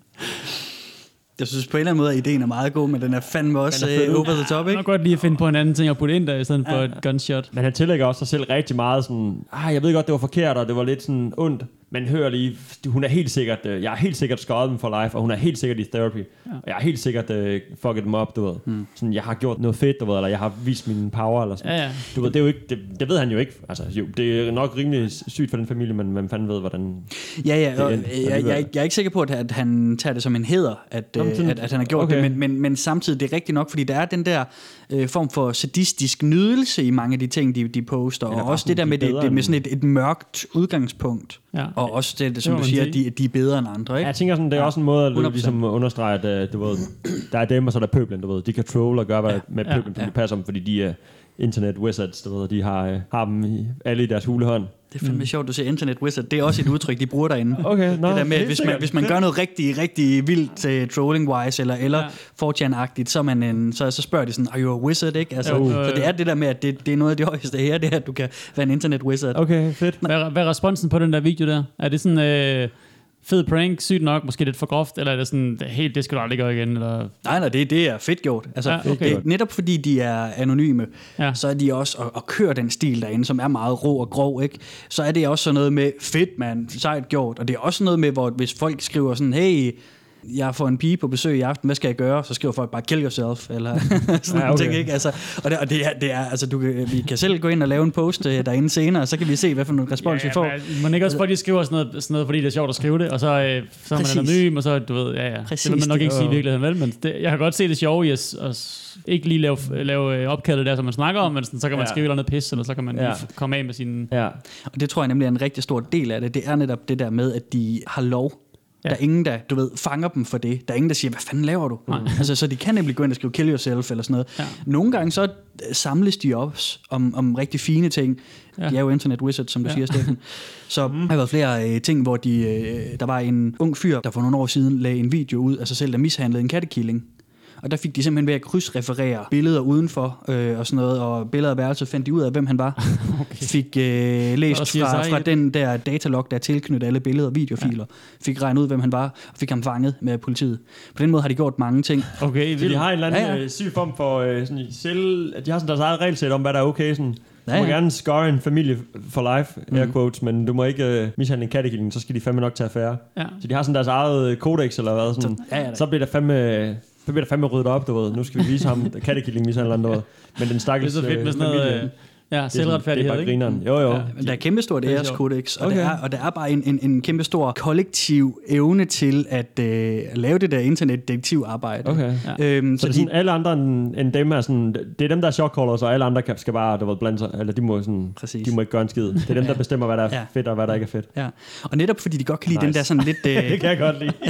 C: Jeg synes på en eller anden måde, at ideen er meget god, men den er fandme også uh, over the top, ikke?
E: Man kan godt lige at finde på en anden ting at putte ind der, i stedet for ja. et gunshot.
D: Men han tillægger også sig selv rigtig meget sådan, ah, jeg ved godt, det var forkert, og det var lidt sådan ondt. Men hør lige, hun er helt sikkert, jeg er helt sikkert skadet dem for life, og hun er helt sikkert i therapy. Ja. Og jeg er helt sikkert uh, fucket dem op, du ved. Hmm. Sådan, jeg har gjort noget fedt, du ved, eller jeg har vist min power, eller sådan.
E: Ja, ja.
D: Du ved, det er jo ikke, det, det ved han jo ikke. Altså, jo, det er nok rimelig sygt for den familie, men man fanden ved, hvordan.
C: Ja, ja, og, jeg, jeg, jeg, jeg er ikke sikker på, at han tager det som en hæder, at, Jamen, sådan, at, at han har gjort okay. det, men, men, men samtidig det er rigtigt nok, fordi der er den der øh, form for sadistisk nydelse i mange af de ting, de, de poster, og også det der med, det, det, med sådan et, et mørkt udgangspunkt, ja. Og også det, det som det du siger, at de, de er bedre end andre, ikke?
D: Jeg tænker sådan, det er ja. også en måde at ligesom understrege, at du ved, der er dem, og så er der pøblen, du ved. De kan troll og gøre hvad ja. med pøblen, ja. ja. de passer dem, fordi de er internet wizards, du ved, de har, har dem i, alle i deres hulehånd.
C: Det er fandme mm. sjovt, du siger internet wizard. Det er også et udtryk, de bruger derinde.
D: Okay, no,
C: det der med, at hvis man, hvis man gør noget rigtig, rigtig vildt uh, trolling-wise, eller, eller ja. four chan-agtigt, så, man en, så, så spørger de sådan, are you a wizard, ikke? Altså, uh. Så det er det der med, at det, det er noget af det højeste her, det er, at du kan være en internet wizard.
D: Okay, fedt.
E: Hvad, hvad er responsen på den der video der? Er det sådan... Øh fed prank, sygt nok, måske lidt for groft, eller er det sådan, helt, det skal du aldrig gøre igen? Eller?
C: Nej, nej, det, det er fedt gjort. Altså,
E: ja, okay.
C: det, netop fordi de er anonyme, ja. så er de også at, at køre den stil derinde, som er meget rå og grov, ikke? Så er det også sådan noget med, fedt mand, sejt gjort, og det er også noget med, hvor hvis folk skriver sådan, hey, jeg får en pige på besøg i aften, hvad skal jeg gøre? Så skriver folk bare, kill yourself, eller sådan ja, okay. ting, ikke? Altså, og det, og det, er, det er, altså, du kan, vi kan selv gå ind og lave en post derinde senere, og så kan vi se, hvad for en respons
E: ja, ja,
C: vi får.
E: Man ikke også folk, de skriver sådan noget, sådan noget, fordi det er sjovt at skrive det, og så, øh, så er man anonym, og så, du ved, ja, ja. Præcis, det vil man nok ikke sige i virkeligheden, vel? Men det, jeg kan godt se det sjove i at, at ikke lige lave, lave opkaldet der, som man snakker om, men sådan, så kan man ja. skrive noget pis, eller så kan man ja. komme af med sine...
C: Ja. Og det tror jeg nemlig er en rigtig stor del af det. Det er netop det der med, at de har lov. Ja. Der er ingen, der, du ved, fanger dem for det. Der er ingen, der siger, hvad fanden laver du? Mm. Altså, så de kan nemlig gå ind og skrive kill yourself eller sådan noget. Ja. Nogle gange så samles de op om, om rigtig fine ting. Ja. De er jo internet wizards, som du ja. siger, Steffen. Så mm. der har været flere øh, ting, hvor de, øh, der var en ung fyr, der for nogle år siden lagde en video ud af sig selv, der mishandlede en kattekilling. Og der fik de simpelthen ved at krydsreferere billeder udenfor øh, og sådan noget, og billeder af værelset fandt de ud af, hvem han var. Okay. Fik øh, læst fra, fra den der datalog, der er tilknyttet alle billeder og videofiler. Ja. Fik regnet ud, hvem han var, og fik ham fanget med politiet. På den måde har de gjort mange ting.
D: Okay, så de har en eller anden ja, ja. syg form for øh, sådan, selv, at de har sådan deres eget regelsæt om, hvad der er okay. Sådan. Du ja, ja. må gerne score en familie for life, mm. air quotes, men du må ikke uh, mishandle en kattekilling, så skal de fandme nok tage affære. Ja. Så de har sådan deres eget kodex eller hvad. Sådan. Så, ja, ja, så bliver der fandme... Så bliver der fandme ryddet op, du ved. Nu skal vi vise ham kattekilling, hvis han eller andet. Men den stakkels
E: det er så fedt med sådan noget, øh, ja, selvretfærdighed, ikke?
D: Grineren. Jo, jo.
C: Ja, men der er kæmpestort æreskodex, og, okay. der er, og der er bare en, en, en kæmpestor kollektiv evne til at øh, lave det der internetdetektivarbejde.
D: Okay. Ja. Øhm, så, så det er sådan, de, alle andre end, end dem er sådan, det er dem, der er shotcallers, og alle andre kan, skal bare, du ved, blande sig, eller de må, sådan, de må ikke gøre en skid. Det er dem, der bestemmer, hvad der er ja. fedt, og hvad der ikke er fedt.
C: Ja. Og netop fordi de godt kan lide nice. den der sådan lidt... Øh,
D: det kan jeg godt lide.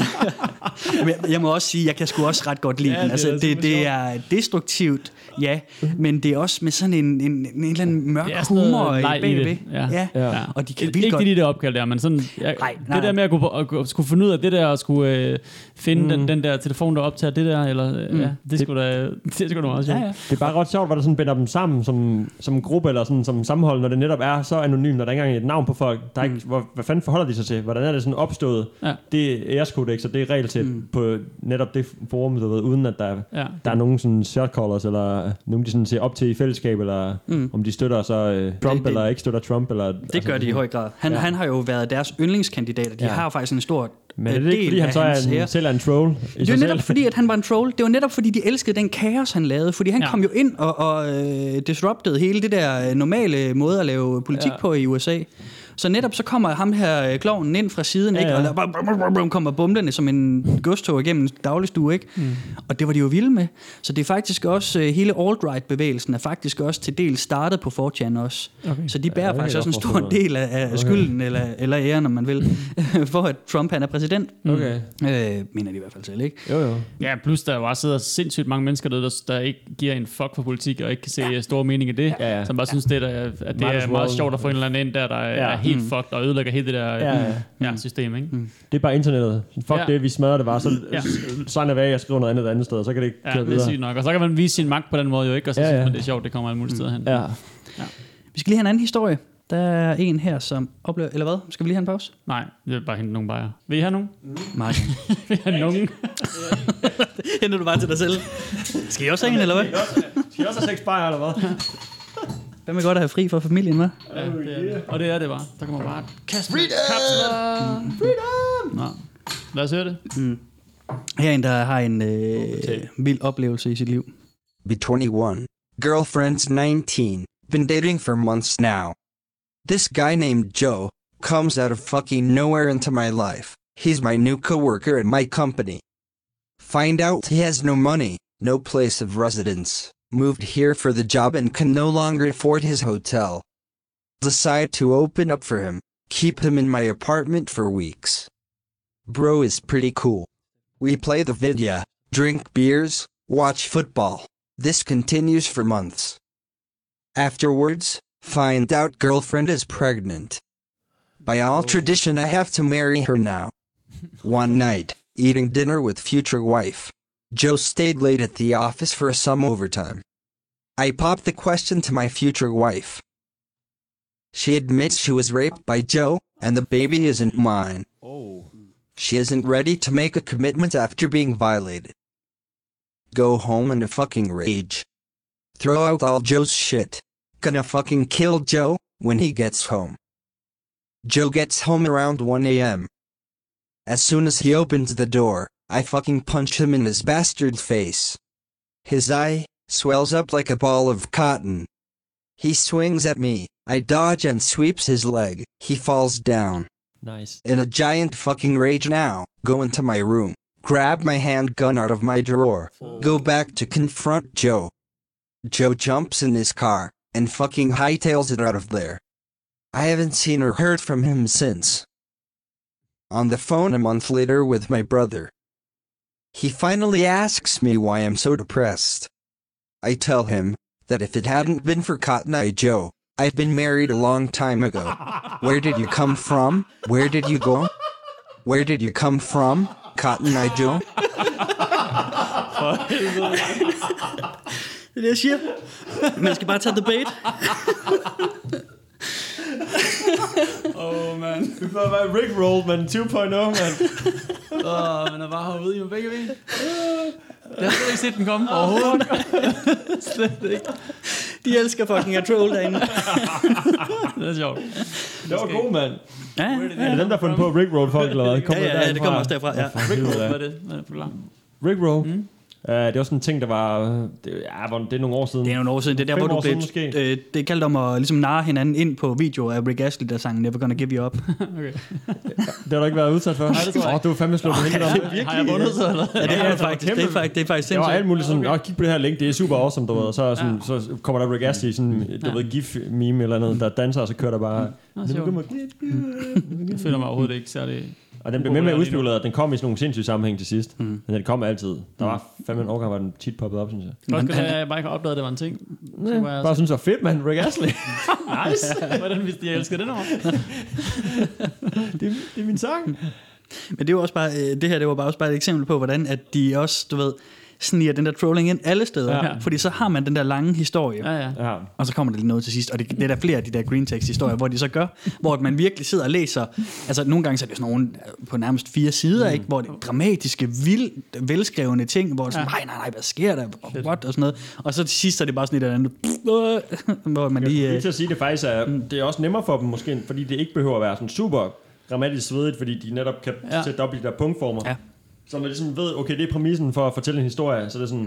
C: jeg, jeg må også sige, jeg kan sgu også ret godt lide ja, den. Altså, det, det, det er destruktivt, ja, men det er også med sådan en, en, en eller anden mørk humor i bagved. Ja. Ja. ja. Og de kan
E: vildt
C: godt...
E: Ikke det opkald der, men sådan... Jeg, nej, nej, det der med at, kunne, at, at skulle finde ud af det der, og skulle øh, finde mm. den, den der telefon, der optager det der, eller... Mm. Ja, det skulle da... Det skulle da meget sjovt. Ja, ja.
D: Det er bare ret sjovt, hvor der sådan binder dem sammen som, som en gruppe, eller sådan, som sammenhold, når det netop er så anonymt, når der ikke engang er et navn på folk. Der er ikke, mm. hvor, hvad fanden forholder de sig til? Hvordan er det sådan opstået? Ja. Det er æreskodex, og det er regelsæt mm. på netop det forum, du ved, uden at der, ja. der er nogen sådan shotcallers, eller nogen, de sådan ser op til i fællesskab, eller mm. om de støtter så øh, Trump, det, det, eller ikke støtter Trump. Eller,
C: det altså, gør de i høj grad. Han, ja. han har jo været deres yndlingskandidat, de ja. har faktisk en stor
D: Men er det ikke, fordi han så er en, selv er en troll?
C: Det var netop selv? fordi, at han var en troll. Det var netop fordi, de elskede den kaos, han lavede. Fordi han ja. kom jo ind og, og uh, disrupted hele det der normale måde at lave politik ja. på i U S A. Så netop så kommer ham her klovnen ind fra siden, ikke? Ja, ja. Og der kommer bumlende som en godstog igennem en dagligstue, ikke? Mm. Og det var de jo vilde med. Så det er faktisk også, hele alt-right-bevægelsen er faktisk også til del startet på four chan også. Okay. Så de bærer ja, faktisk også en stor del af, af okay. skylden, eller, eller æren, om man vil, for at Trump han er præsident. Okay. Øh, mener de i hvert fald selv, ikke?
E: Jo, jo. Ja, plus der bare sidder sindssygt mange mennesker der, der ikke giver en fuck for politik, og ikke kan se ja. store mening i det, ja, ja. som bare synes, det der, at det er meget sjovt at få en eller anden ind der, der ja. er helt mm. fucked og ødelægger hele det der ja, ja. Ja, system, ikke? Mm.
D: Det er bare internettet. Fuck ja. det, vi smadrer det bare. Så ja. signer af, jeg skriver noget andet et andet sted, så kan det ikke
E: ja,
D: køre
E: videre. Det er sygt nok. Og så kan man vise sin magt på den måde jo ikke, og så ja, ja. synes man, det er sjovt, det kommer alle mulige steder hen.
C: Ja. Ja. Vi skal lige have en anden historie. Der er en her, som oplever... Eller hvad? Skal vi lige have en pause?
E: Nej, jeg vil bare hente nogle bajer. Vil I have nogen?
C: Nej.
E: Vil I have nogen?
C: Henter du bare til dig selv? Skal I også have en, eller hvad?
D: Skal I også have seks bajer, eller hvad?
C: Hvad med godt at have fri fra familien, hva'?
E: Ja, det er det. Og det er det bare. Der kommer bare
C: kast Freedom!
E: Mm. Freedom! Nå. Lad os høre det.
C: Mm. Her er en, der har en øh, vild oplevelse i sit liv.
L: Be twenty-one. Girlfriend's nineteen. Been dating for months now. This guy named Joe comes out of fucking nowhere into my life. He's my new coworker at my company. Find out he has no money, no place of residence. Moved here for the job and can no longer afford his hotel. Decide to open up for him, keep him in my apartment for weeks. Bro is pretty cool. We play the video, drink beers, watch football. This continues for months. Afterwards, find out girlfriend is pregnant. By all tradition, I have to marry her now. One night, eating dinner with future wife, Joe stayed late at the office for some overtime. I popped the question to my future wife. She admits she was raped by Joe, and the baby isn't mine. Oh. She isn't ready to make a commitment after being violated. Go home in a fucking rage. Throw out all Joe's shit. Gonna fucking kill Joe when he gets home. Joe gets home around one a.m. As soon as he opens the door, I fucking punch him in his bastard face. His eye swells up like a ball of cotton. He swings at me. I dodge and sweeps his leg. He falls down.
D: Nice.
L: In a giant fucking rage now, go into my room, grab my handgun out of my drawer, go back to confront Joe. Joe jumps in his car and fucking hightails it out of there. I haven't seen or heard from him since. On the phone a month later with my brother. He finally asks me why I'm so depressed. I tell him that if it hadn't been for Cotton Eye Joe, I'd been married a long time ago. Where did you come from? Where did you go? Where did you come from, Cotton Eye Joe?
C: Det er det, jeg siger. Man skal bare tage the bait.
E: Åh, oh, man.
D: Det får være Rickroll, man. to punkt nul, man.
E: Åh, oh, man er bare hovedet i med begge ben. Jeg har slet ikke set den komme overhovedet. Slet ikke.
C: De elsker fucking at troll derinde.
E: Det er sjovt.
D: Det var god, mand.
C: Ja, ja.
D: Er det dem, der har fundet på Rickroll folk, eller hvad?
C: Ja, ja, ja, det kommer også derfra. Ja.
E: Rickroll, hvad er det? Hvad er det for langt?
D: Rickroll? Mm. Uh, det var sådan en ting, der var... Det, ja, det er nogle år siden.
C: Det er nogle år siden. Det er der, hvor du blev... Øh, det er kaldt om at ligesom narre hinanden ind på video af Rick Astley, der sang Never Gonna Give You Up.
E: Okay.
D: Det har du ikke været udsat for?
E: Nej, det tror jeg.
D: Åh, du er fandme slået på hele
E: der. Har jeg vundet så, eller?
C: Ja, det er faktisk. Det er faktisk, det er faktisk sindssygt.
D: Det var alt muligt sådan, åh, kig på det her link, det er super awesome, du ved. Og så, sådan, så kommer der Rick Astley, sådan, du ved, gif-meme eller noget, der danser, og så kører der bare...
E: Jeg føler mig overhovedet ikke særlig...
D: Og den blev med med udspekuleret, at den kom i sådan nogle sindssyge sammenhæng til sidst. Mm. Men den kom altid. Der var fandme en årgang, hvor den tit poppede op, synes jeg.
E: Godt, at jeg bare ikke har opdaget, at det var en ting.
D: Ja, bare så... synes jeg var fedt, man. Rick Astley.
E: Nice. Hvordan vidste jeg elsker det nummer?
D: det, det er min sang.
C: Men det var også bare, det her det var bare også bare et eksempel på, hvordan at de også, du ved, sniger den der trolling ind alle steder. Ja. Fordi så har man den der lange historie.
E: Ja, ja.
C: Og så kommer der lige noget til sidst. Og det, det er der flere af de der green text historier, hvor de så gør, hvor man virkelig sidder og læser. Altså nogle gange så er det sådan nogle på nærmest fire sider, mm. ikke, hvor det er dramatiske, vild, velskrevne ting, hvor det er sådan, ja. nej, nej, nej, hvad sker der? What? Og sådan noget. Og så til sidst er det bare sådan et eller andet, hvor man lige...
D: Jeg vil til at sige, det faktisk er, mm. det er også nemmere for dem måske, fordi det ikke behøver at være sådan super grammatisk svedigt, fordi de netop kan ja. sætte op i de der punktformer. Ja. Så når de sådan ved, okay, det er præmissen for at fortælle en historie, så det er sådan,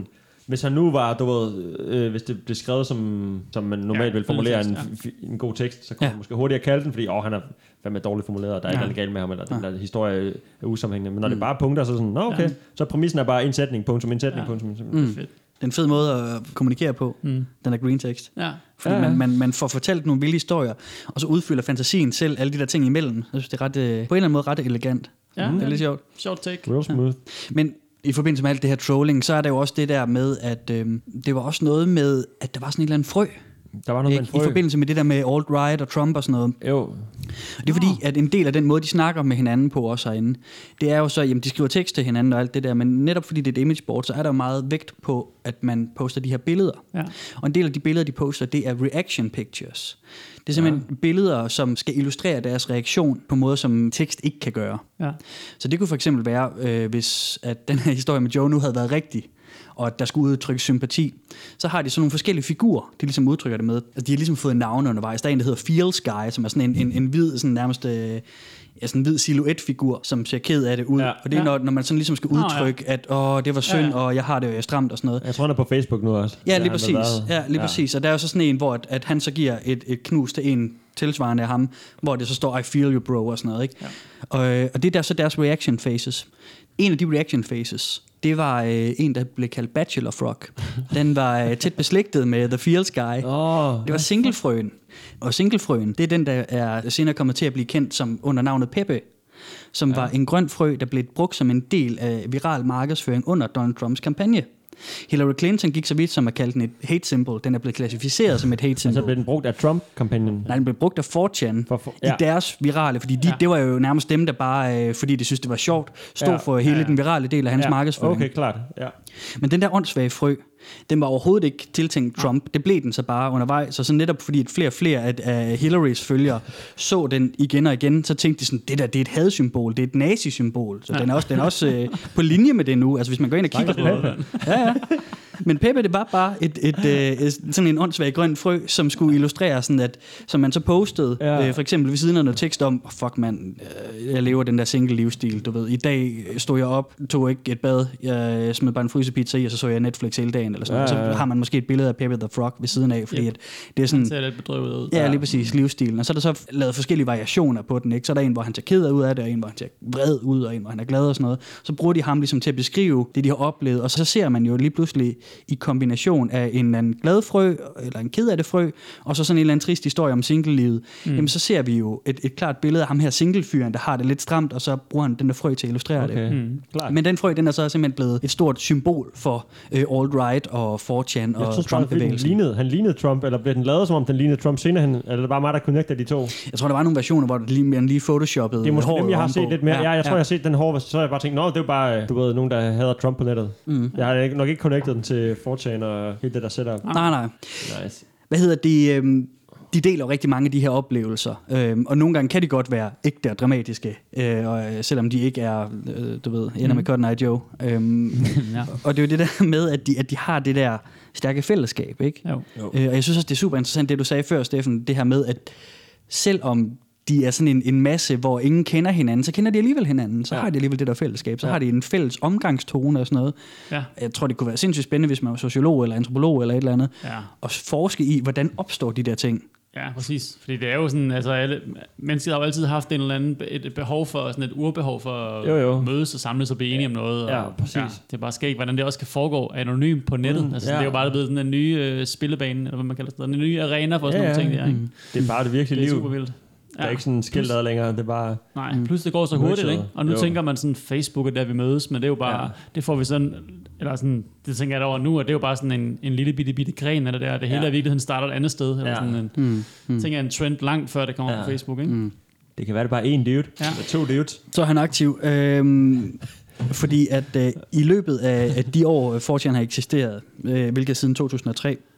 D: Hvis han nu var, du ved, øh, hvis det blev skrevet som, som man normalt
E: ja,
D: vil formulere en,
E: ja.
D: en god tekst, så kunne ja. man måske hurtigere kalde den, fordi åh, han er fandme dårligt formuleret, og der er ja. ikke noget galt med ham, eller ja. den der historie er usammenhængende. Men når mm. det bare er punkter, så er sådan, nå okay, ja. så præmissen er bare en sætning, punktum, en sætning, ja. punktum. Mm. Det er fedt.
C: Det er en fed måde at kommunikere på, mm. den der green text.
E: Ja.
C: Fordi
E: ja, ja.
C: Man, man, man får fortalt nogle vilde historier, og så udfylder fantasien selv alle de der ting imellem. Jeg synes, det er ret, på en eller anden måde ret elegant.
E: Ja,
C: det er lidt sjovt.
E: Short take.
D: Real smooth.
C: Ja. Men i forbindelse med alt det her trolling, så er der jo også det der med, at øh, det var også noget med, at der var sådan en eller anden frø.
D: Der var noget med en frø.
C: I forbindelse med det der med alt-right og Trump og sådan noget.
D: Jo.
C: Det er fordi, at en del af den måde, de snakker med hinanden på også herinde, det er jo så, jamen de skriver tekst til hinanden og alt det der, men netop fordi det er et imageboard, så er der jo meget vægt på, at man poster de her billeder. Ja. Og en del af de billeder, de poster, det er reaction pictures. Det er simpelthen ja. billeder, som skal illustrere deres reaktion på måder, som tekst ikke kan gøre. Ja. Så det kunne for eksempel være, øh, hvis at den her historie med Joe nu havde været rigtig, og at der skulle udtrykke sympati, så har de sådan nogle forskellige figurer, de ligesom udtrykker det med. Altså, de har ligesom fået navne undervejs. Der er en, der hedder Feels Guy, som er sådan en, en, en hvid, sådan nærmest øh, ja, sådan en hvid silhouetfigur, som ser ked af det ud. Ja. Og det er, ja. når, når man sådan ligesom skal udtrykke, oh, ja. at åh, det var synd, ja, ja. og jeg har det stramt og sådan noget.
D: Jeg tror, han er på Facebook nu også.
C: Ja, lige præcis. Ja, lige ja. præcis. Og der er jo så sådan en, hvor at, at han så giver et, et knus til en tilsvarende af ham, hvor det så står, I feel you, bro, og sådan noget. Ikke? Ja. Og, og det er der så deres reaction faces. En af de reaction faces, det var øh, en, der blev kaldt Bachelor Frog. Den var øh, tæt beslægtet med The Feels Guy. Oh, det var singlefrøen. Og singlefrøen, det er den, der er senere kommet til at blive kendt som under navnet Pepe, som ja. var en grøn frø, der blev brugt som en del af viral markedsføring under Donald Trumps kampagne. Hillary Clinton gik så vidt som at kalde den et hate symbol. Den er blevet klassificeret som et hate symbol.
D: Altså blev den brugt af Trump-kampagnen?
C: Nej, den blev brugt af four chan
D: for, for, ja.
C: i deres virale, fordi de, ja. det var jo nærmest dem, der bare, øh, fordi de synes det var sjovt, stod ja. for hele ja, ja. den virale del af hans ja. markedsføring.
D: Okay, klart. Ja.
C: Men den der åndssvage frø, den var overhovedet ikke tiltænkt Trump. Det blev den så bare undervejs. Og så netop fordi at flere og flere af, af Hillarys følgere så den igen og igen, så tænkte de sådan, det der, det er et hadsymbol, det er et nazisymbol. Så ja. den er også, den er også øh, på linje med det nu. Altså hvis man går ind og kigger på det. Ja, ja. Men Pepe, det var bare et, et, et, et, sådan en åndssvag grøn frø, som skulle illustrere sådan, at som man så postede, ja. øh, for eksempel ved siden af noget tekst om, oh, fuck man, øh, jeg lever den der single livsstil, du ved. I dag stod jeg op, tog ikke et bad, jeg smed bare en frysepizza i, og så så jeg Netflix hele dagen, eller sådan ja, ja, ja. Så har man måske et billede af Pepe the Frog ved siden af, fordi yep. at det er sådan...
E: Han ser lidt bedrøvet ud.
C: Ja, lige præcis, livsstilen. Og så er der så lavet forskellige variationer på den, ikke? Så er der en, hvor han tager ked ud af det, og en, hvor han tager vred ud, og en, hvor han er glad og sådan noget. Så bruger de ham ligesom til at beskrive det, de har oplevet, og så ser man jo lige pludselig i kombination af en eller anden glad frø, eller en ked af det frø, og så sådan en eller anden trist historie om singlelivet, mm. jamen så ser vi jo et, et klart billede af ham her singlefyren, der har det lidt stramt, og så bruger han den der frø til at illustrere okay. det. Mm. Men den frø, den er så simpelthen blevet et stort symbol for øh, alt-right og four chan og Trump-bevægelsen.
D: Han lignede, han lignede Trump, eller blev den lavet, som om den lignede Trump senere hen, eller er det bare mig, der connecter de to?
C: Jeg tror, der var nogle versioner, hvor det lige, man lige photoshoppede.
D: Det er måske dem, jeg har set lidt mere. Ja, ja jeg tror, ja. jeg har set den hårde, så har jeg bare tænkt, nå, det er jo bare, du ved, nogen, der hader Trump på nettet. Mm. Jeg har nok ikke connectet den til four chan og helt det der setup.
C: Nej, nej. Nice. Hvad hedder de? Øhm, de deler jo rigtig mange af de her oplevelser, øhm, og nogle gange kan de godt være ægte og dramatiske, øh, og, selvom de ikke er, øh, du ved, ender med Cotton Eye Joe. Øhm, ja. Og det er jo det der med, at de, at de har det der stærke fællesskab, ikke? Jo. Jo. Øh, og jeg synes også, det er super interessant, det du sagde før, Steffen, det her med, at selvom de er sådan en, en masse, hvor ingen kender hinanden, så kender de alligevel hinanden. Så ja. har de alligevel det der fællesskab. Så ja. har de en fælles omgangstone og sådan noget. Ja. Jeg tror, det kunne være sindssygt spændende, hvis man var sociolog eller antropolog eller et eller andet, ja. og forske i, hvordan opstår de der ting.
E: Ja, præcis. Fordi det er jo sådan, altså alle, mennesker har jo altid haft en eller anden, et behov for, sådan et urbehov for at jo, jo. mødes og samles og blive enige om noget.
D: Ja,
E: og,
D: præcis.
E: Ja, det er bare skægt, hvordan det også kan foregå anonymt på nettet. Mm, altså, ja. Det er jo bare blevet sådan en ny øh, spillebane, eller hvad man kalder det, en ny arena for sådan ja, nogle ting. Der, ikke?
D: Mm. Det er bare det virkelige liv.
E: Det er super vildt.
D: Der er ja. ikke sådan skilt ad længere, det er bare...
E: Nej, plus det går så hurtigt, ikke? Og nu jo. tænker man sådan, Facebook er der, vi mødes, men det er jo bare... Ja. Det får vi sådan... Eller sådan, det tænker jeg over nu, at det er jo bare sådan en, en lille bitte, bitte gren af det der. Det hele ja. i virkeligheden starter et andet sted. Eller ja. sådan en, mm. Mm. tænker jeg, en trend langt før det kommer ja. på Facebook, ikke? Mm.
D: Det kan være, det bare en dude, ja. eller to dudes.
C: Så er han aktiv. Øhm, fordi at øh, i løbet af, af de år, four chan har eksisteret, øh, hvilket siden to tusind og tre,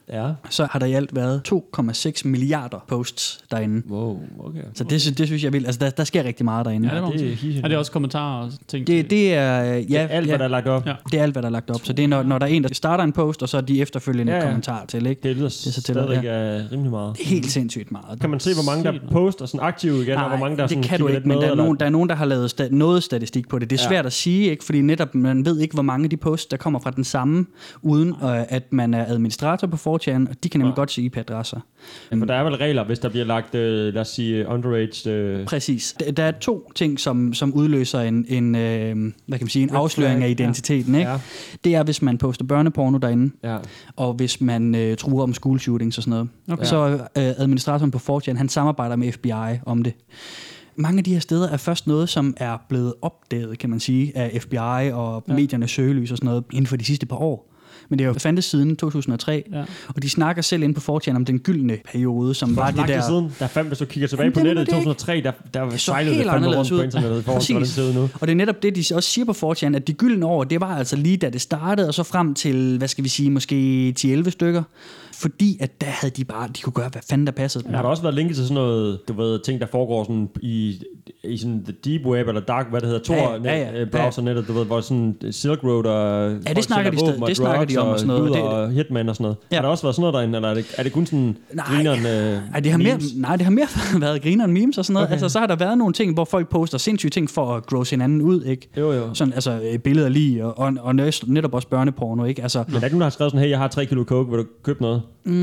D: ja.
C: så har der i alt været to komma seks milliarder posts derinde.
D: Wow, okay.
C: Så det, det synes jeg vil. Altså, der, der sker rigtig meget derinde.
E: Ja, det,
D: det,
E: er, er det også kommentarer og ting?
C: Det, det er, ja,
D: det er alt,
C: ja,
D: hvad der er lagt op.
C: Ja. Det er alt, hvad der er lagt op. Så det er, når, når der er en, der starter en post, og så er de efterfølgende
D: ja, ja.
C: kommentarer til, ikke?
D: Det lyder det stadigvæk ja. rimelig meget.
C: Det er helt sindssygt meget.
D: Kan man se, hvor mange der poster sådan aktive igen,
C: Nej,
D: og hvor mange der
C: det
D: sådan
C: kan du ikke, men
D: med,
C: der er,
D: eller?
C: nogen, der er nogen, der har lavet sta- noget statistik på det. Det er svært ja. at sige, ikke? Fordi netop man ved ikke, hvor mange af de posts, der kommer fra den samme, uden øh, at man er administrator på four chan, og de kan nemlig ja. godt se I P-adresser.
D: Ja, for der er vel regler, hvis der bliver lagt, øh, lad os sige, underage... Øh...
C: Præcis. Der er to ting, som, som udløser en, en, øh, hvad kan man sige, en afsløring af identiteten. Ikke? Ja. Det er, hvis man poster børneporno derinde, ja. og hvis man øh, truer om school shootings og sådan noget. Okay. Så øh, administratoren på four chan, han samarbejder med F B I om det. Mange af de her steder er først noget, som er blevet opdaget, kan man sige, af F B I og ja. mediernes søgelys og sådan noget, inden for de sidste par år. Men det er jo fandtes siden to tusind og tre, ja. og de snakker selv inde på four chan om den gyldne periode, som
D: for
C: var det der...
D: Siden. Der er fem, hvis du kigger tilbage på nettet i to tusind og tre, der, der sejlede det fandme rundt på internettet, for hvordan det ser ud nu.
C: Og det er netop det, de også siger på four chan, at de gyldne år, det var altså lige da det startede, og så frem til, hvad skal vi sige, måske ti elleve stykker. Fordi at der havde de bare, de kunne gøre, hvad fanden der passede.
D: Ja, har der også været linket til sådan noget, du ved, ting, der foregår sådan i, i sådan the deep web, eller dark, hvad det hedder, Tor ja, ja, ja, browsernettet, ja. Du ved, hvor sådan Silk Road og...
C: Ja, det snakker de stadig, det snakker de om og sådan noget.
D: Og, og Hitman og sådan noget. Ja. Har der også været sådan noget derinde, eller er det, er det kun sådan grineren øh,
C: nej, det har mere, nej, det har mere været grineren memes og sådan noget. Okay. Altså, så har der været nogle ting, hvor folk poster sindssyge ting for at gross hinanden ud, ikke?
D: Jo, jo.
C: Sådan, altså, billeder lige, og, og, og netop også børneporno, ikke? Altså,
D: men der er ikke nogen, der har skrevet sådan, hey, jeg har tre kilo coke, vil du købe noget?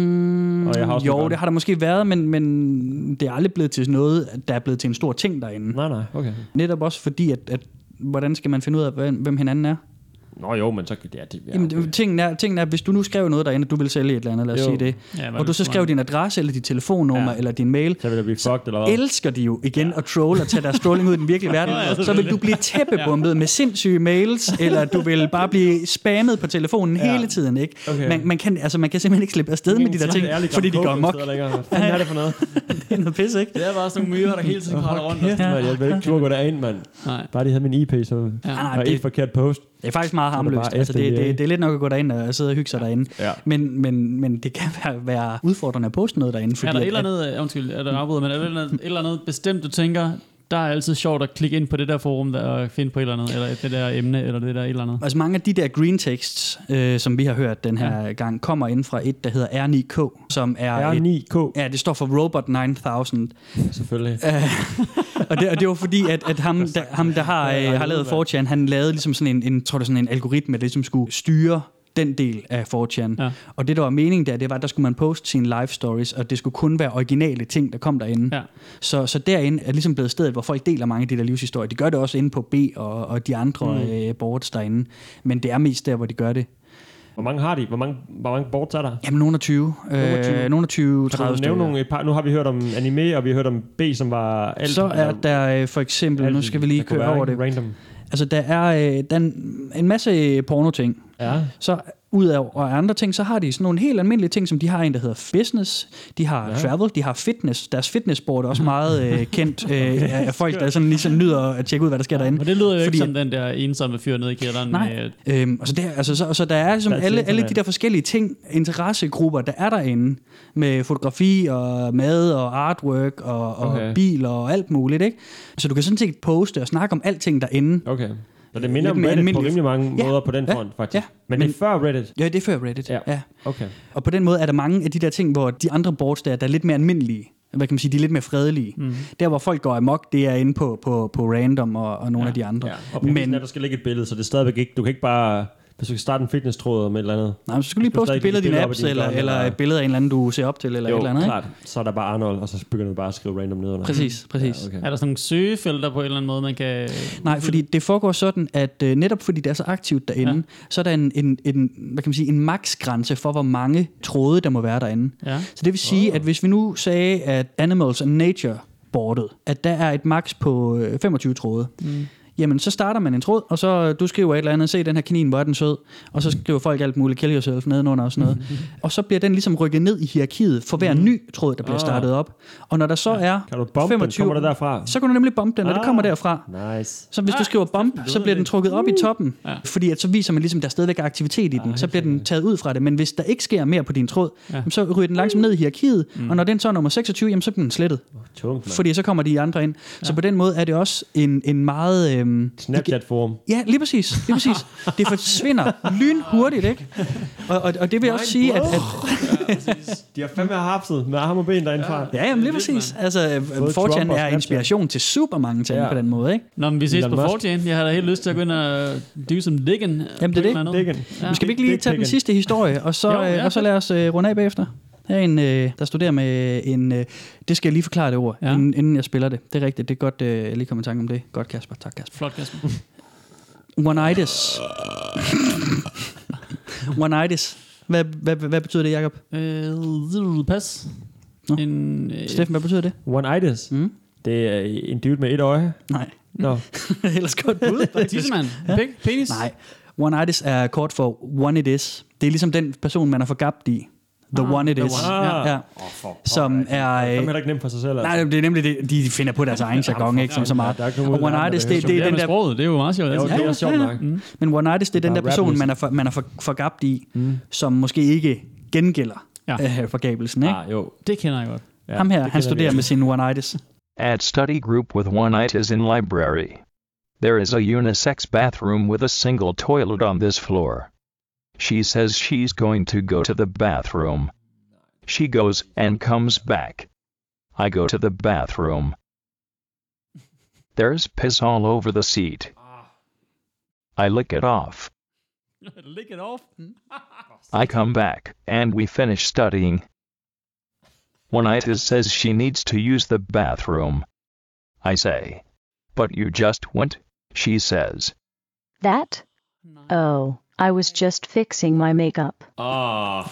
C: Mm,
D: og jeg har også
C: jo, det har der måske været, men, men det er aldrig blevet til noget, der er blevet til en stor ting derinde.
D: Nej, nej, okay.
C: Netop også fordi, at, at hvordan skal man finde ud af, hvem, hvem hinanden er?
D: Nå jo, men så... Ja, det, ja,
C: okay. Jamen, tingen er, tingen er, hvis du nu skrev noget derinde, du vil sælge et eller andet, lad os jo. sige det, ja, og du så skrev din adresse, eller dit telefonnummer, ja. eller din mail,
D: så vil det blive fucked, eller
C: hvad? Elsker de jo igen ja. at troll og tage deres trolling ud i den virkelige verden, ja, så vil du blive tæppebumpet ja. med sindssyge mails, eller du vil bare blive spammet på telefonen ja. hele tiden, ikke? Okay. Man, man, kan, altså, man kan simpelthen ikke slippe afsted med de der ting, fordi de går amok.
D: Hvad er det for noget?
C: Det er noget pis, ikke?
E: Det er bare sådan nogle myrer, der hele tiden kommer rundt.
D: Jeg vil ikke turde gå derind, mand. Bare de havde min I P, så var et forkert post.
C: Det er faktisk meget harmløst. Altså, det, det, det er lidt nok at gå derind og sidde og hygge sig derinde. Ja. Men, men, men det kan være, være udfordrende at poste noget derinde. Fordi
E: er der et
C: at,
E: eller andet, undskyld, er der afbrudt, men er der et eller andet bestemt, du tænker, der er altid sjovt at klikke ind på det der forum der, og finde på et eller andet, eller det der emne, eller det der et eller andet?
C: Altså mange af de der green texts, øh, som vi har hørt den her ja. gang, kommer ind fra et, der hedder R ni K, som er
D: R ni K?
C: Et, ja, det står for Robot nine thousand.
D: Selvfølgelig.
C: og, det, og det var fordi, at, at ham, der, ham, der har, øh, har lavet four chan, han lavede ligesom sådan en, en, tror det, sådan en algoritme, der ligesom skulle styre den del af four chan. Ja. Og det, der var meningen der, det var, at der skulle man poste sine live stories, og det skulle kun være originale ting, der kom derinde. Ja. Så, så derinde er ligesom blevet stedet, hvor folk deler mange af de der livshistorier. De gør det også inde på B og, og de andre mm. øh, boards derinde. Men det er mest der, hvor de gør det.
D: Hvor mange har de? Hvor mange, hvor mange boards er der?
C: Jamen, nogle af tyve. Øh, nogle af tyve, tredive stykker.
D: Nogle et par, nu har vi hørt om anime, og vi har hørt om B, som var alt.
C: Så er der øh, for eksempel, alt, nu skal vi lige køre over det.
D: Random.
C: Altså, der er, øh, der er en masse porno-ting. Ja. Så ud af og andre ting, så har de sådan nogle helt almindelige ting, som de har en, der hedder business, de har ja. travel, de har fitness. Deres fitnesssport er også meget øh, kendt øh, af folk, der sådan ligesom nyder at tjekke ud, hvad der sker derinde.
E: Men det lyder jo ikke som den der ensomme fyr nede i kælderen.
C: Nej, med... øhm, altså, der, altså så, så der er ligesom alle, alle de der forskellige ting, interessegrupper, der er derinde, med fotografi og mad og artwork og, og okay. bil og alt muligt, ikke? Så du kan sådan set poste og snakke om alting derinde.
D: Okay. Så det minder om Reddit på rimelig mange ja, måder på den front, faktisk. Ja, men, men det er før Reddit?
C: Ja, det er før Reddit, ja. ja.
D: Okay.
C: Og på den måde er der mange af de der ting, hvor de andre boards der, der er lidt mere almindelige. Hvad kan man sige, de er lidt mere fredelige. Mm. Der, hvor folk går amok, det er inde på, på, på random og, og nogle ja, af de andre. Ja.
D: Og på men der skal ligge et billede, så det er stadigvæk ikke, du kan ikke bare... Hvis du kan starte en fitness-tråd med et eller andet.
C: Nej, så skal du lige poste et billede af dine apps, eller, eller et billede af en eller anden, du ser op til, eller
D: jo,
C: et eller andet.
D: Klart. Så er der bare Arnold, og så begynder du bare at skrive random ned under.
C: Præcis, præcis. Ja,
E: okay. Er der sådan nogle søgefelter på en eller anden måde, man kan...
C: Nej, fordi det foregår sådan, at uh, netop fordi det er så aktivt derinde, ja. så er der en, en, en, hvad kan man sige, en maksgrænse for, hvor mange tråde, der må være derinde. Ja. Så det vil sige, oh. at hvis vi nu sagde, at Animals and Nature boardet, at der er et maks på femogtyve tråde, mm. jamen så starter man en tråd, og så du skriver et eller andet, se den her kanin, hvor er den sød, og så skriver folk alt muligt, kill yourself nedenunder og sådan noget. Og så bliver den ligesom rykket ned i hierarkiet for hver ny tråd, der bliver startet op. Og når der så er
D: kan du bombe femogtyve, den, kommer der derfra?
C: Så kan du nemlig bombe den, og ah, det kommer derfra.
D: Nice.
C: Så hvis du skriver bomb, så bliver den trukket op i toppen, ja. Fordi at så viser man ligesom, der stadigvæk er aktivitet i den, ah, så bliver den taget ud fra det. Men hvis der ikke sker mere på din tråd, ja. Så ryger den langsomt ned i hierarkiet, mm. og når den så er nummer seksogtyve, jamen, så bliver den slettet. Oh, tungt, fordi så kommer de andre ind. Ja. Så på den måde er det også en, en meget... Øhm,
D: Snapchat-forum.
C: Ja, lige præcis. Lige præcis. Det forsvinder lynhurtigt, ikke? Og, og, og det vil også sige, at... at
D: de har fandme hapset med arme og ben derindefra.
C: Ja, jamen lige præcis. Altså, four chan er inspiration til super mange ting ja. På den måde, ikke?
E: Nå, men vi ses på four chan. Jeg har da helt lyst til at gå ind og do some digging.
C: Jamen, det er det. Ja. Skal vi ikke lige tage den sidste historie, og så, jo, ja, og så lad os uh, runde af bagefter? Her er en, øh, der studerer med en... Øh, det skal jeg lige forklare det ord, ja. inden, inden jeg spiller det. Det er rigtigt. Det er godt, øh, jeg lige kommer i tanke om det. Godt, Kasper. Tak, Kasper.
E: Flot, Kasper.
C: One-itis. One-itis. Hvad, hvad, hvad betyder det, Jacob?
E: Øh, pas.
C: Nå. En, øh, Steffen, hvad betyder det?
D: One-itis? Mm. Det er en dude med et øje?
C: Nej.
D: Nå.
C: Ellers godt bud.
E: Tissemand. Pik? Penis?
C: Nej. One-itis er kort for one it is. Det er ligesom den person, man er forgabt i. The ah, one it is.
D: Ah.
C: Ja.
D: Oh, for,
C: som er...
D: Det er heller ikke nemt for sig selv. Altså.
C: Nej, det er nemlig det, de finder på deres egen jargon, ikke? Som så meget. Og one-itis, det, det, det er den der...
E: Sproget, det er jo meget sjovt.
C: Ja,
E: det
C: er
E: sjovt
C: nok. Mm. Men one-itis, det er den der person, man er, for, man er for, forgabt i, mm. som måske ikke gengælder ja. øh, forgabelsen, ikke?
E: Ah, jo, det kender jeg godt.
C: Ja, ham her, han studerer med sin one-itis.
H: At study group with one-itis in library. There is a unisex bathroom with a single toilet on this floor. She says she's going to go to the bathroom. She goes and comes back. I go to the bathroom. There's piss all over the seat. I lick it off.
E: Lick it off?
H: I come back, and we finish studying. One-itis says she needs to use the bathroom. I say, but you just went, she says.
M: That? Oh, I was just fixing my makeup.
E: Ah.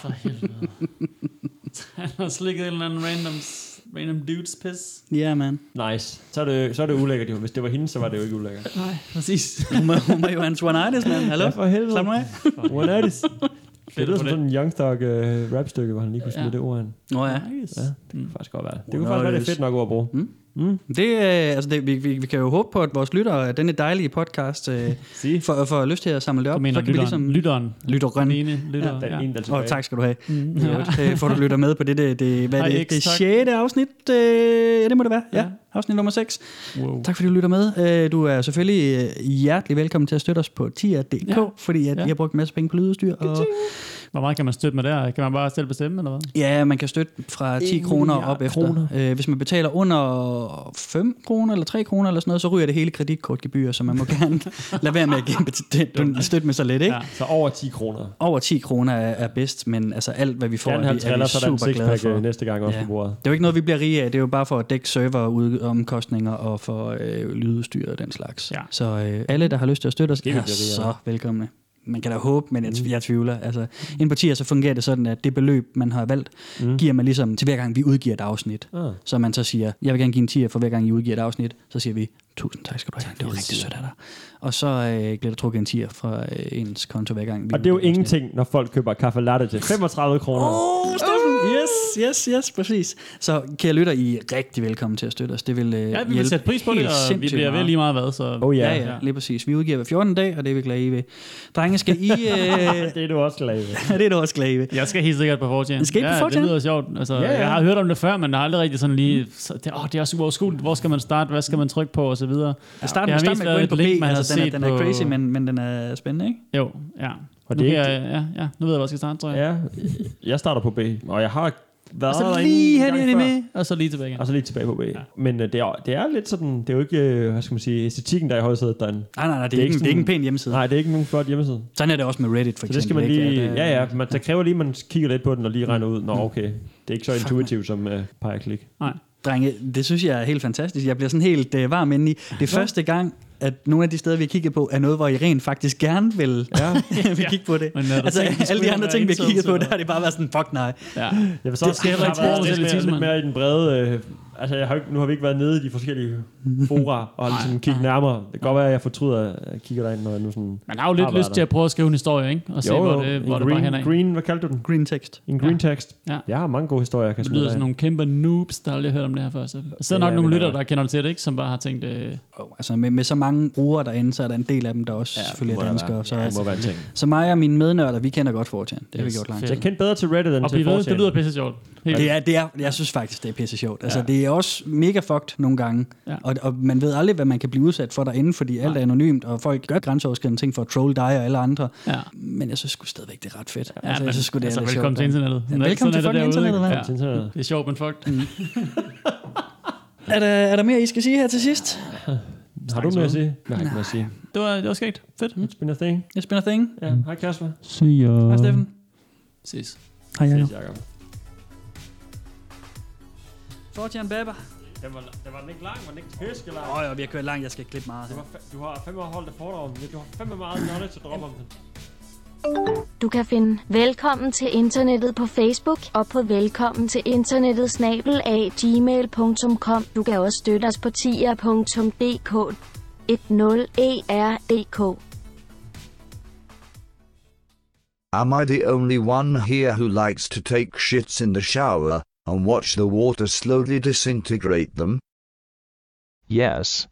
E: Han har slikket en eller anden random, random dudes piss.
C: Ja, yeah, man.
D: Nice. Så er det, så er det ulækkert jo. Hvis det var hende, så var det jo ikke ulækkert.
E: Nej, præcis.
C: Hun var jo hans one-itis, man. Hallo?
D: Ja, for helvede.
C: Slap mig af.
D: One-itis. Det lyder som sådan en Young Thug uh, rapstykke, hvor han lige kunne smide ja. det ord ind.
C: Nå ja.
D: Ja, det kunne faktisk godt være. Det kunne faktisk være det fedt nok ord at bruge. Mm.
C: Mm. Det, altså det, vi, vi, vi kan jo håbe på, at vores lyttere, denne dejlige podcast, øh, får, får lyst til at samle det op.
E: Så kan
C: lytteren,
E: vi ligesom... Lytteren.
C: Lytteren.
E: Den ene lytter.
C: Ja.
E: Den
C: ene, der oh, tak skal du have. Mm. Ja. Får du lytter med på det, det, det, hvad det, det sjette afsnit. Øh, ja, det må det være. Ja. Ja. Afsnit nummer seks. Wow. Tak fordi du lytter med. Du er selvfølgelig hjertelig velkommen til at støtte os på tier punktum d k, ja. fordi at ja. I har brugt en masse penge på lydudstyr. Og
E: hvor meget kan man støtte med der? Kan man bare selv bestemme, eller hvad?
C: Ja, man kan støtte fra ti kroner op efter. Kroner. Øh, hvis man betaler under fem kroner eller tre kroner eller sådan noget, så ryger det hele kreditkortgebyr, så man må gerne lade være med at støtte med så lidt, ikke? Ja,
D: så over ti kroner.
C: Over ti kroner er, er bedst, men altså alt, hvad vi får, er vi, er vi super glade for.
D: Næste gang også ja. På bordet.
C: Det er jo ikke noget, vi bliver rige af. Det er jo bare for at dække serveromkostninger og for øh, lydudstyr og den slags. Ja. Så øh, alle, der har lyst til at støtte os, er så velkomne. Man kan da håbe, men jeg, jeg tvivler. Altså, inden på tier, så fungerer det sådan, at det beløb, man har valgt, mm. giver man ligesom til hver gang, vi udgiver et afsnit. Ah. Så man så siger, jeg vil gerne give en tier for hver gang, I udgiver et afsnit. Så siger vi, tusind tak skal du have. Det var rigtig sødt af dig. Og så øh, bliver der trukket en tier fra øh, ens konto hver gang. Vi
D: og det er jo ingenting, når folk køber kaffe latte til femogtredive kroner.
C: Åh, oh, Steffen! Yes, yes, yes, præcis. Så kære lytter, I er rigtig velkommen til at støtte os. Det vil øh,
E: ja, vi vil sætte pris på det, og vi bliver vel lige meget hvad. Så.
C: Oh, yeah. Ja, ja, lige præcis. Vi udgiver hver fjorten dag, og det er vi glade i ved. Drenge, skal I... Øh...
D: det er du også glad i ved.
C: det er du også glad i ved.
E: Jeg skal helt sikkert på four chan.
C: Skal I
E: ja,
C: på four chan?
E: Det lyder sjovt. Altså, ja, ja. Jeg har hørt om det før, men jeg har aldrig rigtig sådan lige... Så det, åh, det er super uoverskueligt. Hvor skal man starte? Hvad skal man trykke på? Og så videre.
C: Jeg starter med at gå ind på B. Altså, den, er, den er crazy, men, men den er spændende, ikke?
E: Jo, ja.
D: Og
E: nu, det jeg, ja, ja. nu ved jeg, hvor jeg skal starte, tror jeg.
D: Ja, jeg starter på B, og jeg har været
E: og så lige hen i med, og så lige tilbage igen.
D: Og så lige tilbage på B. Ja. Men uh, det, er, det er lidt sådan, det er jo ikke, hvad skal man sige, æstetikken, der er i højsædet derinde.
C: Nej, nej, nej, det er, det er, ikke, sådan, det er ikke en pæn hjemmeside.
D: Nej, det er ikke nogen flot hjemmeside.
C: Sådan er det også med Reddit, for eksempel.
D: Så det skal man lige, ja, ja, man, der kræver lige, at man kigger lidt på den og lige regner ud, nå okay, det er ikke så intuitivt som uh, pege og klik.
C: Nej. Drenge, det synes jeg er helt fantastisk. Jeg bliver sådan helt uh, varm inde i. Det er første gang, at nogle af de steder, vi har kigget på, er noget, hvor I rent faktisk gerne vil, ja. vil kigge på det. Men, uh, altså, tænker, alle de andre ting, vi har kigget på, der har det bare været sådan, fuck nej.
E: Ja.
D: Jeg vil så også sige, at jeg har været lidt mere i den brede, øh, altså, jeg har ikke, nu har vi ikke været nede i de forskellige fora og ligesom kigget nærmere. Det kan godt være, at jeg fortryder, at jeg kigger derind, når jeg nu sådan...
E: Man har jo lidt lyst til at prøve at skrive en historie, ikke? Og se,
D: jo,
E: hvor det, hvor
D: green,
E: det bare hen af.
D: Green, hvad kaldte du den?
C: Green text.
D: En green
E: Ja.
D: text.
E: Ja.
D: Jeg har mange gode historier, jeg kan
E: Det
D: smide
E: lyder som
D: derind.
E: nogle kæmpe noobs, der aldrig har hørt om det her før. Så der sidder nok
D: Ja,
E: nogle
D: men
E: lytter,
D: der-
E: der kender til det, ikke? Som bare har tænkt... Øh...
C: Oh, altså med, med så mange brugere derinde, så er der en del af dem, der også
E: Ja,
C: selvfølgelig
D: må
C: er
D: der
C: danskere.
D: være.
C: Så,
D: Ja, det må være en ting.
C: så mig og mine mednørder, vi kender godt four chan. Det har vi
E: Yes,
C: gjort langt.
E: fedt.
D: Jeg kendte bedre til Reddit end
E: Og
D: til
E: blive ved,
D: four chan.
E: det lyder pisse sjovt. Helt
C: Det er, det er, jeg synes faktisk, det er pisse sjovt. Altså,
E: Ja.
C: det er også mega fucked nogle gange.
E: Ja.
C: Og, og man ved aldrig, hvad man kan blive udsat for derinde, fordi alt er anonymt, og folk gør grænseoverskridende ting for at troll dig og alle andre.
E: Ja.
C: Men jeg synes sgu stadigvæk, det er ret fedt.
E: Ja,
C: altså, jeg synes sgu, det er
E: altså,
C: lidt
E: velkommen
C: sjovt.
E: til internettet.
C: Ja, velkommen til
E: Sådan er
C: fucking
E: det derude,
C: internettet,
E: ikke?
C: mand.
D: Til internettet.
E: Det er sjovt, men fucked. Mm.
C: Er der, er der mere, I skal sige her til sidst?
D: Har du mere at sige? Nej, ikke mere at sige.
E: Det var, det var skægt. Fedt.
D: It's been a thing.
C: It's been a thing.
D: Ja, hej Kasper.
E: See ya.
C: Hej Steffen.
E: Ses.
C: Hej Jacob.
D: Ses, Jacob.
C: four chan baber.
D: Den var, den var den ikke lang, var den ikke tæske lang?
C: Åh, oh, vi har kørt langt, jeg skal klippe meget.
D: Du har, fa- du har fandme holdt et foredrag om det. Du har fandme meget knowledge at droppe om den.
B: Du kan finde Velkommen til internettet på Facebook og på velkommen til internettet snabel-a gmail punktum com. Du kan også støtte os på tier punktum d k ti er punktum d k.
N: Am I the only one here who likes to take shits in the shower and watch the water slowly disintegrate them?
H: Yes,